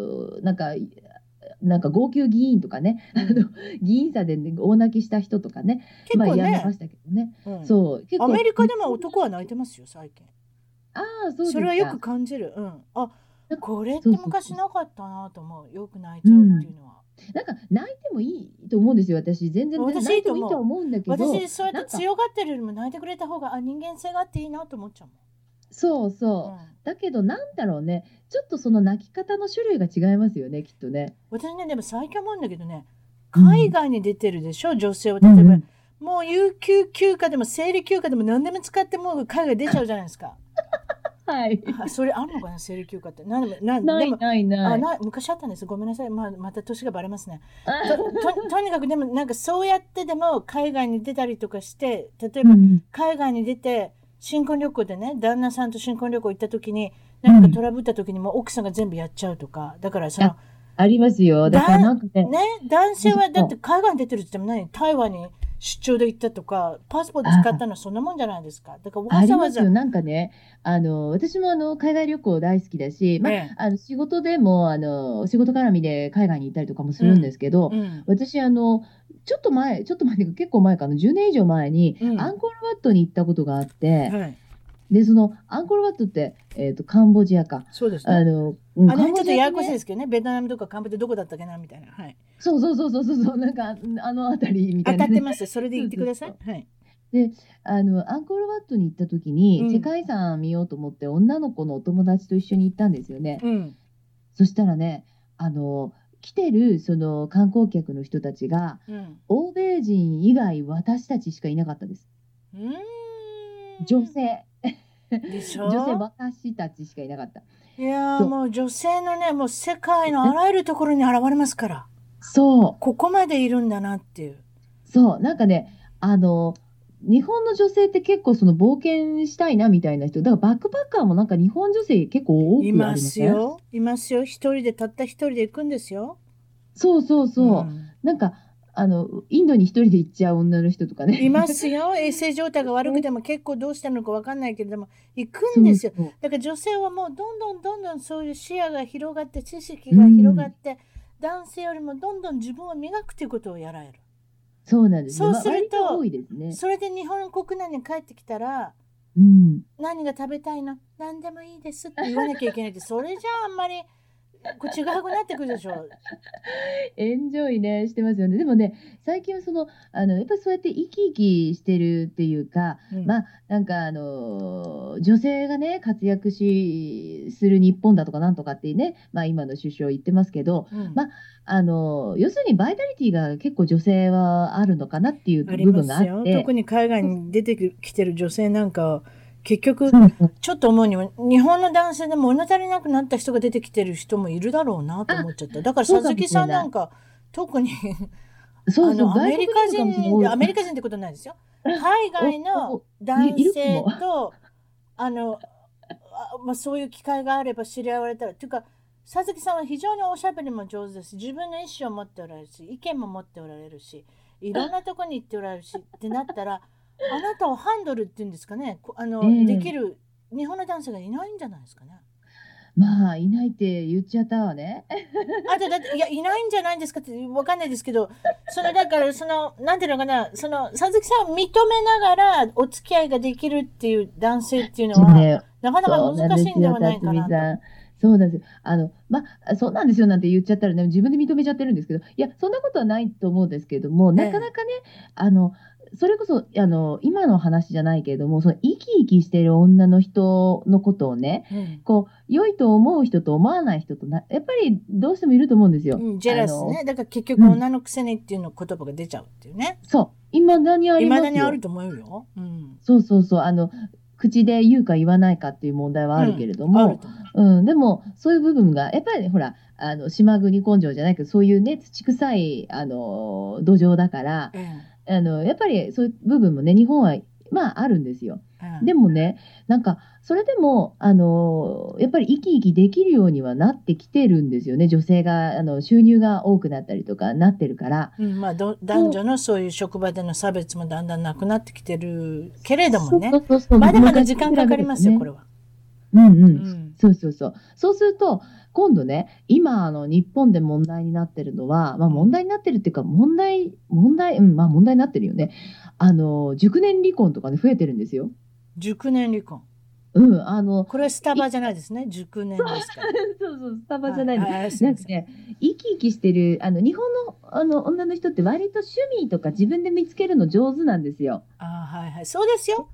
B: なんか号泣議員とかね、議員さで、大泣きした人とかね、
A: 結構ね、
B: やめましたけどね。
A: そう結構アメリカでも男は泣いてますよ最近。
B: そうですか。
A: それはよく感じる。これって昔なかったなと思う。よく泣いちゃうっていうのは。
B: なんか泣いてもいいと思うんですよ。私全然泣いてもいいと思うんだけど、
A: 私そうやって強がってるよりも泣いてくれた方が人間性があっていいなと思っちゃうもん。
B: だけどなんだろうね、ちょっとその泣き方の種類が違いますよね、きっとね。
A: 私ね、でも最近思うんだけどね、海外に出てるでしょ、女性は。例えば、もう有給休暇でも生理休暇でも何でも使ってもう海外出ちゃうじゃないですか。
B: はい。
A: それあるのかな、生理休暇って。
B: ない。
A: 昔あったんです。ごめんなさい。また年がバレますね。とにかくでもなんかそうやってでも海外に出たりとかして、例えば海外に出て新婚旅行でね、旦那さんと新婚旅行行った時に何かトラブった時にも奥さんが全部やっちゃうとか、だから
B: ありますよ。だからなんかね、
A: 男性はだって海外に出てるって言っても台湾に出張で行ったとか、パスポート使ったのはそんなもんじゃないですか。だからわ
B: あり
A: ざわざ。
B: ますよ。なんかね、私も海外旅行大好きだし、仕事でも、仕事絡みで海外に行ったりとかもするんですけど、私、ちょっと前っていうか結構前かな、10年以上前に、アンコールワットに行ったことがあって、で、そのアンコールワットって、カンボジアか。
A: そうですね。あれちょっとややこしいですけどね、ベトナムとかカンボジアどこだったっけなみたいな。はい。
B: そう、なんか、あたりみたいな、
A: 当たってます。それで言ってください。はい。
B: で、アンコールワットに行った時に、世界遺産見ようと思って、女の子のお友達と一緒に行ったんですよね。そしたらね、来てるその観光客の人たちが、欧米人以外私たちしかいなかったです。女性。
A: でしょ？
B: 女性私たちしかいなかった。
A: いやー、もう女性のね、もう世界のあらゆるところに現れますから。
B: そう。
A: ここまでいるんだなっていう。
B: そう。なんかね、日本の女性って結構その冒険したいなみたいな人、だからバックパッカーもなんか日本女性結構多くありますね。
A: いますよ。たった一人で行くんですよ。
B: そう。なんか、インドに一人で行っちゃう女の人とかね。
A: いますよ。衛生状態が悪くても結構どうしたのか分かんないけれども、行くんですよ。だから女性はもうどんどんそういう視野が広がって、知識が広がって、男性よりもどんどん自分を磨くということをやられる。
B: そうなんですね。
A: そうすると、
B: 多いですね。
A: それで日本国内に帰ってきたら、何が食べたいの？何でもいいですって言わなきゃいけないって、それじゃあんまりこう違くなってくるでしょ。
B: エンジョイねしてますよね。でもね、最近はやっぱりそうやって生き生きしてるっていうか、なんか女性がね活躍する日本だとかなんとかってね、今の首相言ってますけど、要するにバイタリティが結構女性はあるのかなっていう部分があって、
A: 特に海外に出てきてる女性なんか結局ちょっと思うには日本の男性で物足りなくなった人が出てきてる人もいるだろうなと思っちゃった。だから佐々木さんなんか特にアメリカ人ってことないですよ。海外の男性とそういう機会があれば知り合われたらというか、佐々木さんは非常におしゃべりも上手ですし、自分の意思を持っておられるし、意見も持っておられるし、いろんなとこに行っておられるしってなったら、あなたをハンドルっていうんですかね、できる日本の男性がいないんじゃないですかね。
B: いないって言っちゃったわね。
A: だっていやいないんじゃないんですかって分かんないですけど、だからなんていうのかな、佐々木さんを認めながらお付き合いができるっていう男性っていうのは、なかなか難しいんではないかなと。
B: そうなんですよ。そうなんですよなんて言っちゃったらね、自分で認めちゃってるんですけど、いや、そんなことはないと思うんですけれども、なかなかね、それこそ、今の話じゃないけれども、生き生きしている女の人のことをね、良いと思う人と思わない人とやっぱりどうしてもいると思うんですよ。
A: ジェラスね。だから結局女のくせにっていうの言葉が出ちゃうっていうね。
B: そう。未だにありますよ。
A: 未だにあると思うよ。
B: そう。口で言うか言わないかっていう問題はあるけれども、でもそういう部分がやっぱりほら島国根性じゃないけど、そういうね土臭い土壌だから、やっぱりそういう部分もね日本はあるんですよ。でもね、なんかそれでもやっぱり生き生きできるようにはなってきてるんですよね。女性が収入が多くなったりとかなってるから、
A: 男女のそういう職場での差別もだんだんなくなってきてるけれどもね、まだまだ時間かかりますよ、これは。そうすると今度ね、今日本で問題になってるのは、問題になってるっていうか問題になってるよね。熟年離婚とかね増えてるんですよ。 熟年離婚。これはスタバじゃないですね。熟年ですから。
B: そうスタバじゃないです。なんかね、生き生きしてる日本の女の人って割と趣味とか自分で見つけるの上手なんですよ。
A: そうですよ。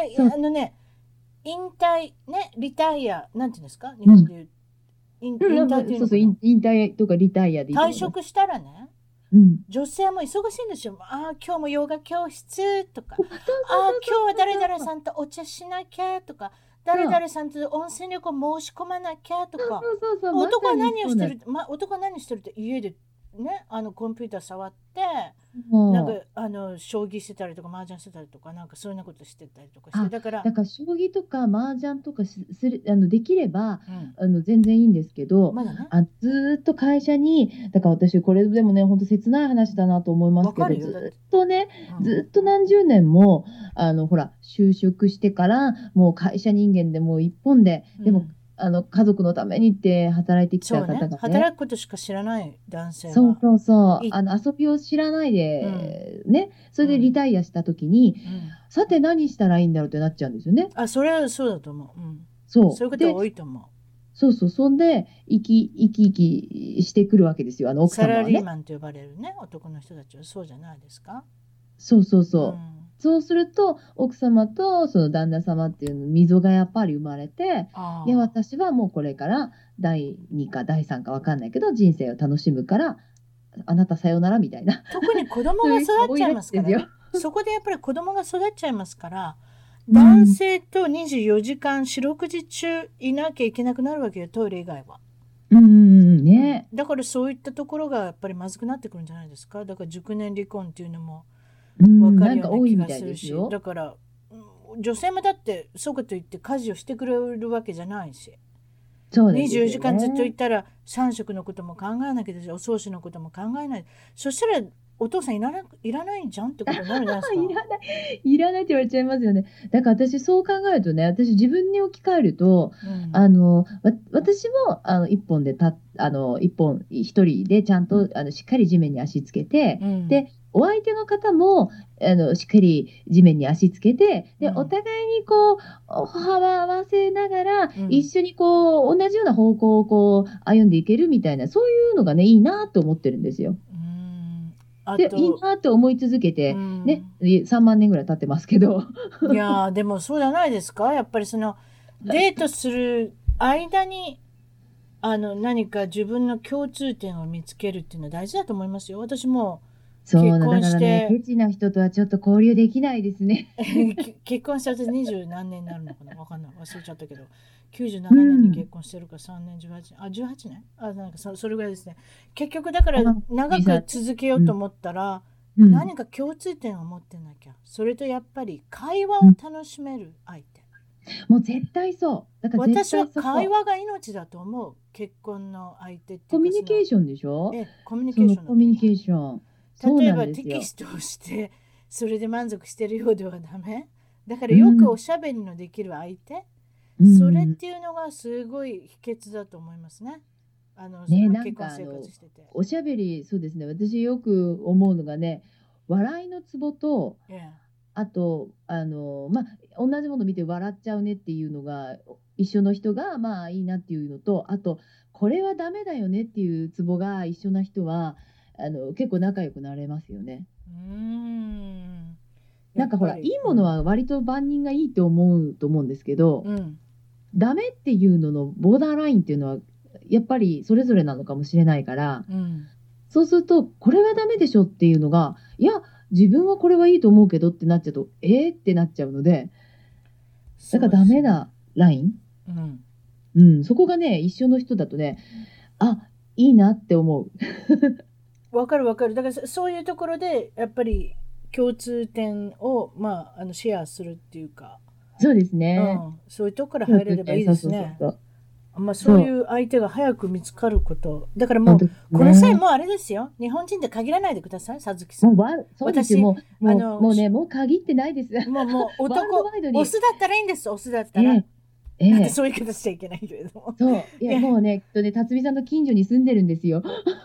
A: 引退ね、リタイアなんていうんですか、日本でいう引退っていうのかな。
B: 引退とかリタイアでいい。
A: 退職したらね。女性も忙しいんですよ。今日もヨガ教室とか、今日は誰々さんとお茶しなきゃとか、誰々さんと温泉旅行申し込まなきゃとか。男は何をしてる？男は何してるって家でね、コンピューター触ってなんか将棋してたりとか麻雀してたりとかなんかそういうようなことしてたりとかして、だから
B: 将棋とか麻雀とかできれば、全然いいんですけど、
A: まだね、
B: ずーっと会社に、だから私これでもね本当切ない話だなと思いますけど、ずっとね、ずっと何十年もほら就職してからもう会社人間でもう一本で、でも家族のためにって働いてきた方がね、
A: 働くことしか知らない男性は、
B: そう遊びを知らないで、ね、それでリタイアした時に、さて何したらいいんだろうってなっちゃうんですよね。
A: それはそうだと思う。そういうことが多いと思う。
B: そんで生きしてくるわけですよ、奥様はね。
A: サラリーマンと呼ばれるね、男の人たちはそうじゃないですか。
B: そうすると奥様とその旦那様っていうの溝がやっぱり生まれて、いや私はもうこれから第2か第3か分かんないけど人生を楽しむからあなたさよならみたいな。
A: 特に子供が育っちゃいますからね。そこでやっぱり子供が育っちゃいますから、男性と24時間四六時中いなきゃいけなくなるわけよ、トイレ以外は。
B: ね、
A: だからそういったところがやっぱりまずくなってくるんじゃないですか。だから熟年離婚っていうのも分かるような気がするし、だから女性もだってそうかといって家事をしてくれるわけじゃないし、24時間ずっといたら3食のことも考えなきゃですし、お掃除のことも考えない。そしたらお父さんいらないじゃんってことになるじゃないですか。
B: いらないって言われちゃいますよね。だから私そう考えるとね、私自分に置き換えると、私も一本一人でちゃんとしっかり地面に足つけて、でお相手の方もしっかり地面に足つけて、でお互いにこう幅合わせながら、一緒にこう同じような方向をこう歩んでいけるみたいな、そういうのがねいいなと思ってるんですよ。でいいなと思い続けて、ね、3万年ぐらい経ってますけど。
A: いやでもそうじゃないですか。やっぱりそのデートする間に何か自分の共通点を見つけるっていうのは大事だと思いますよ。私も
B: 結婚して、ケチな人とはちょっと交流できないですね。
A: 結婚して私20何年になるのかな、分かんない、忘れちゃったけど97年に結婚してるから3年18年なんかそれぐらいですね。結局だから長く続けようと思ったら、何か共通点を持ってなきゃ。それとやっぱり会話を楽しめる相手、
B: もう絶対そう。だから
A: 私は会話が命だと思う。結婚の相手って
B: コミュニケーションでしょ。
A: コミュニケーションだと思う。
B: コミュニケーション、
A: 例えばテキストをしてそれで満足してるようではダメだから、よくおしゃべりのできる相手、それっていうのがすごい秘訣だと思いますね。結婚生活してて
B: おしゃべり、そうですね、私よく思うのがね、笑いのツボと、あと同じもの見て笑っちゃうねっていうのが一緒の人がまあいいなっていうのと、あとこれはダメだよねっていうツボが一緒な人は結構仲良くなれますよね。なんかほら、いいものは割と万人がいいと思うと思うんですけど、ダメっていうののボーダーラインっていうのはやっぱりそれぞれなのかもしれないから、そうするとこれはダメでしょっていうのが、いや自分はこれはいいと思うけどってなっちゃうとってなっちゃうので、だからダメなライン、そこがね一緒の人だとね、いいなって思う。
A: わかる。だからそういうところでやっぱり共通点をシェアするっていうか、
B: そうですね、
A: そういうところから入れればいいですね。そういう相手が早く見つかること。だからもうこの際もうあれですよ、日本人で限らないでください、さずきさん。
B: 私もうね、もう限ってないです。
A: もう男オスだったらいいんです、オスだったら。そういう言い方しちゃいけないけれども。
B: いやもうね、きっとね、辰巳さんの近所に住んでるんですよ。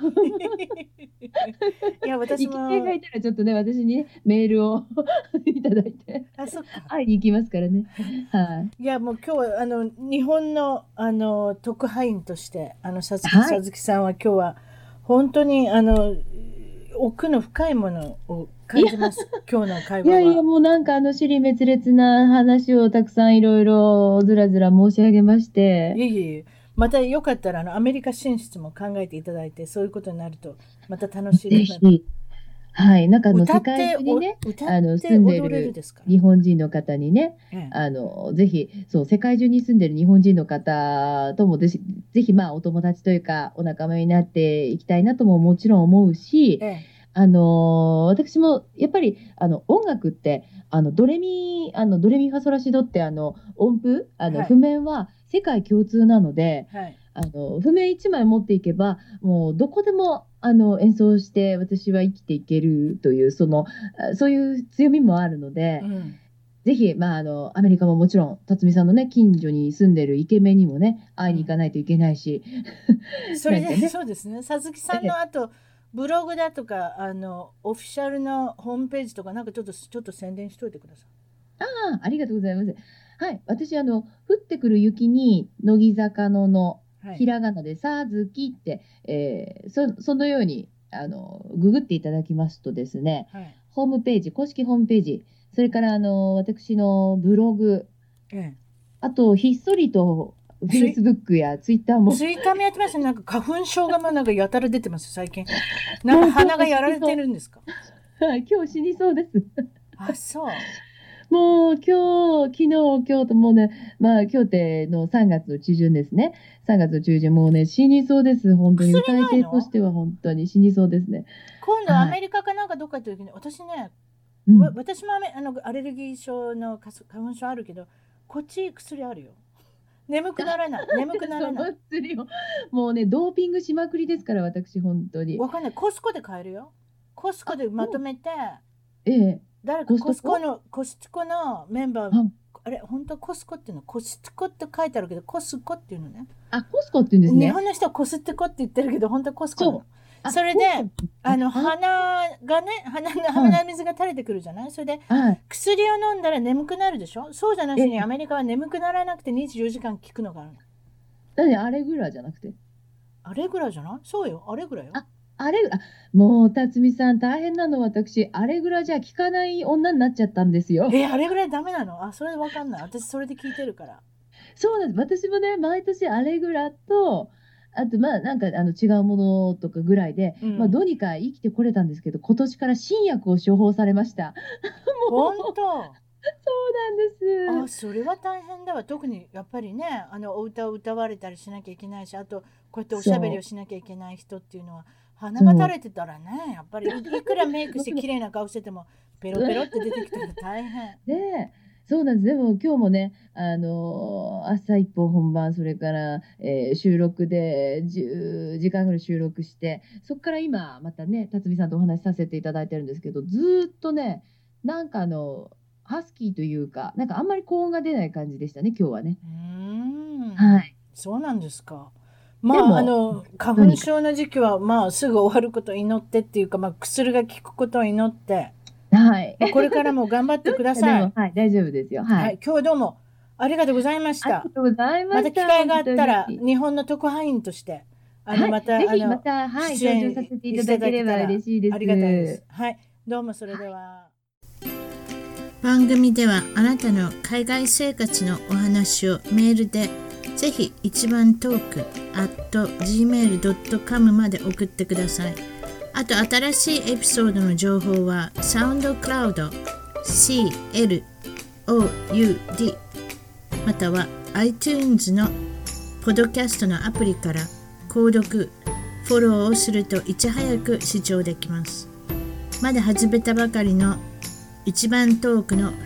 A: いや私も。
B: 行き手がいたらちょっとね、私にメールをいただいて、会いに行きますからね。
A: いやもう今日は日本の特派員としてさずきさんは今日は本当に奥の深いものを感じます。今日の会話は。
B: いやもうなんか支離滅裂な話をたくさんいろいろずらずら申し上げまして。
A: いえまたよかったらアメリカ進出も考えていただいて、そういうことになるとまた楽しいです。
B: はい、なんか
A: 歌
B: 世
A: って
B: 界中にね、
A: 歌って
B: 住んで
A: 踊れる
B: る
A: ですか？
B: 日本人の方にね、
A: ええ、
B: ぜひ、そう、世界中に住んでる日本人の方ともぜひ、まあ、お友達というか、お仲間になっていきたいなとももちろん思うし、
A: ええ、
B: 私もやっぱり、音楽って、ドレミファソラシドって、音符、
A: はい
B: 譜面は世界共通なので、
A: はい。
B: 譜面1枚持っていけば、もうどこでも演奏して私は生きていけるという、そういう強みもあるので、
A: うん。
B: ぜひ、まあ、アメリカももちろん、辰巳さんのね、近所に住んでるイケメンにもね、会いに行かないといけないし、
A: それで、
B: なんかね、
A: そうですね。さつきさんの
B: え
A: あと、ブログだとか、オフィシャルのホームページとか、なんかちょっと宣伝しといてくださ
B: ありがとうございます。はい、私、降ってくる雪に、乃木坂の、
A: い。はい。
B: ひらがなでさずきって、そのように、ググっていただきますとですね、
A: はい。
B: ホームページ、公式ホームページ、それから、私のブログ、
A: ええ。
B: あと、ひっそりと、フェイスブックやツイッターも、
A: ツイッターもやってますね。なんか花粉症がなんかやたら出てます、最近。なんか鼻がやられてるんですか？
B: はい、今日死にそうです。
A: あ、そう。
B: もう今日、昨日、今日ともうね、まあ今日っての3月の中旬ですね。3月の中旬、もうね、死にそうです。本当に
A: 薬
B: 歌い
A: ないの？
B: 手としては本当に死にそうですね。
A: 今度ア
B: はい。
A: メリカかなんかどっか行った時に、私ね、
B: うん。
A: 私もアレルギー症の花粉症あるけど、こっち薬あるよ。眠くならない。眠くな
B: そ
A: らない。
B: の薬を、もうね、ドーピングしまくりですから、私、本当に。
A: わかんない。コスコで買えるよ。コスコでまと
B: も
A: めて、
B: う、ええ、
A: 誰か
B: コストコ
A: コスコのメンバー、
B: あ、
A: あれ、本当はコスコっていうの？コスコって書いてあるけど、コスコっていうのね。
B: コスコって言うんですね。
A: 日本の人はコスってこって言ってるけど、本当はコスコなの。
B: そう。
A: それで、
B: コスコって
A: 鼻がね、
B: はい、
A: 鼻水が垂れてくるじゃない？それで、
B: はい。
A: 薬を飲んだら眠くなるでしょ？そうじゃなしにア
B: ええ、
A: メリカは眠くならなくて24時間効くのがあるの。
B: 何アレグラじゃなくて。
A: あれぐらいじゃない？そうよ、あれぐらいよ。
B: あ、もう、辰巳さん大変なの、私、あれぐらいじゃ聞かない女になっちゃったんですよ。
A: あれぐらいダメなの？あ、それわかんない。私それで聞いてるから。
B: そうなんです。私もね、毎年アレグラと、あと、まあ、なんか、違うものとかぐらいで、まあ、
A: うん。
B: どうにか生きてこれたんですけど、今年から新薬を処方されました。
A: 本
B: もう、
A: 当。
B: そうなんで
A: あ、
B: す。
A: それは大変だわ。特にやっぱりね、お歌を歌われたりしなきゃいけないし、あとこうやっておしゃべりを
B: そ
A: しなきゃいけない人っていうのは、
B: う、
A: 鼻が垂
B: そ
A: れてたらね、やっぱりいくらメイク
B: う。
A: して
B: 僕ね、
A: 綺麗な顔してても、ペロペロって出てきたら大変。
B: ねえ、そうなんです。でも今日もね、朝一本本番、それから、収録で10時間ぐらい収録して、そこから今またね、辰巳さんとお話しさせていただいてるんですけど、ずーっとね、なんかハスキーというか、なんかあんまり高音が出ない感じでしたね、今日はね。
A: うーん、
B: はい。
A: そうなんですか。
B: でも、どうにか。
A: 花粉症の時期は、まあ、すぐ終わることを祈ってっていうか、まあ、薬が効くことを祈って、
B: はい。
A: まあ、これからも頑張ってくだ
B: でも、
A: さい。
B: はい、大丈夫ですよ。は
A: はい、
B: い。
A: 今日はどうもありがとうございまし
B: あり
A: た。
B: がとうございま
A: また
B: した。
A: 機会があっ
B: 本当
A: たら、
B: に。
A: 日本の特派員として、
B: はい。
A: また、
B: ぜひまた、はい、
A: 出
B: 登場さ
A: 演
B: せていた
A: していただ
B: だければ
A: けたら
B: 嬉しいで
A: ありがたいです。
B: す。
A: はい、どうもそれで
B: はい。
A: は。
C: 番組ではあなたの海外生活のお話をメールでぜひ一番トーク @gmail.com まで送ってください。あと新しいエピソードの情報はサウンドクラウド CLOUD または iTunes のポッドキャストのアプリから購読、フォローをするといち早く視聴できます。まだ始めたばかりの一番トークの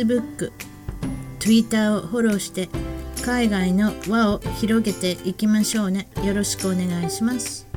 C: Facebook、Twitter をフォローして海外の輪を広げていきましょうね。よろしくお願いします。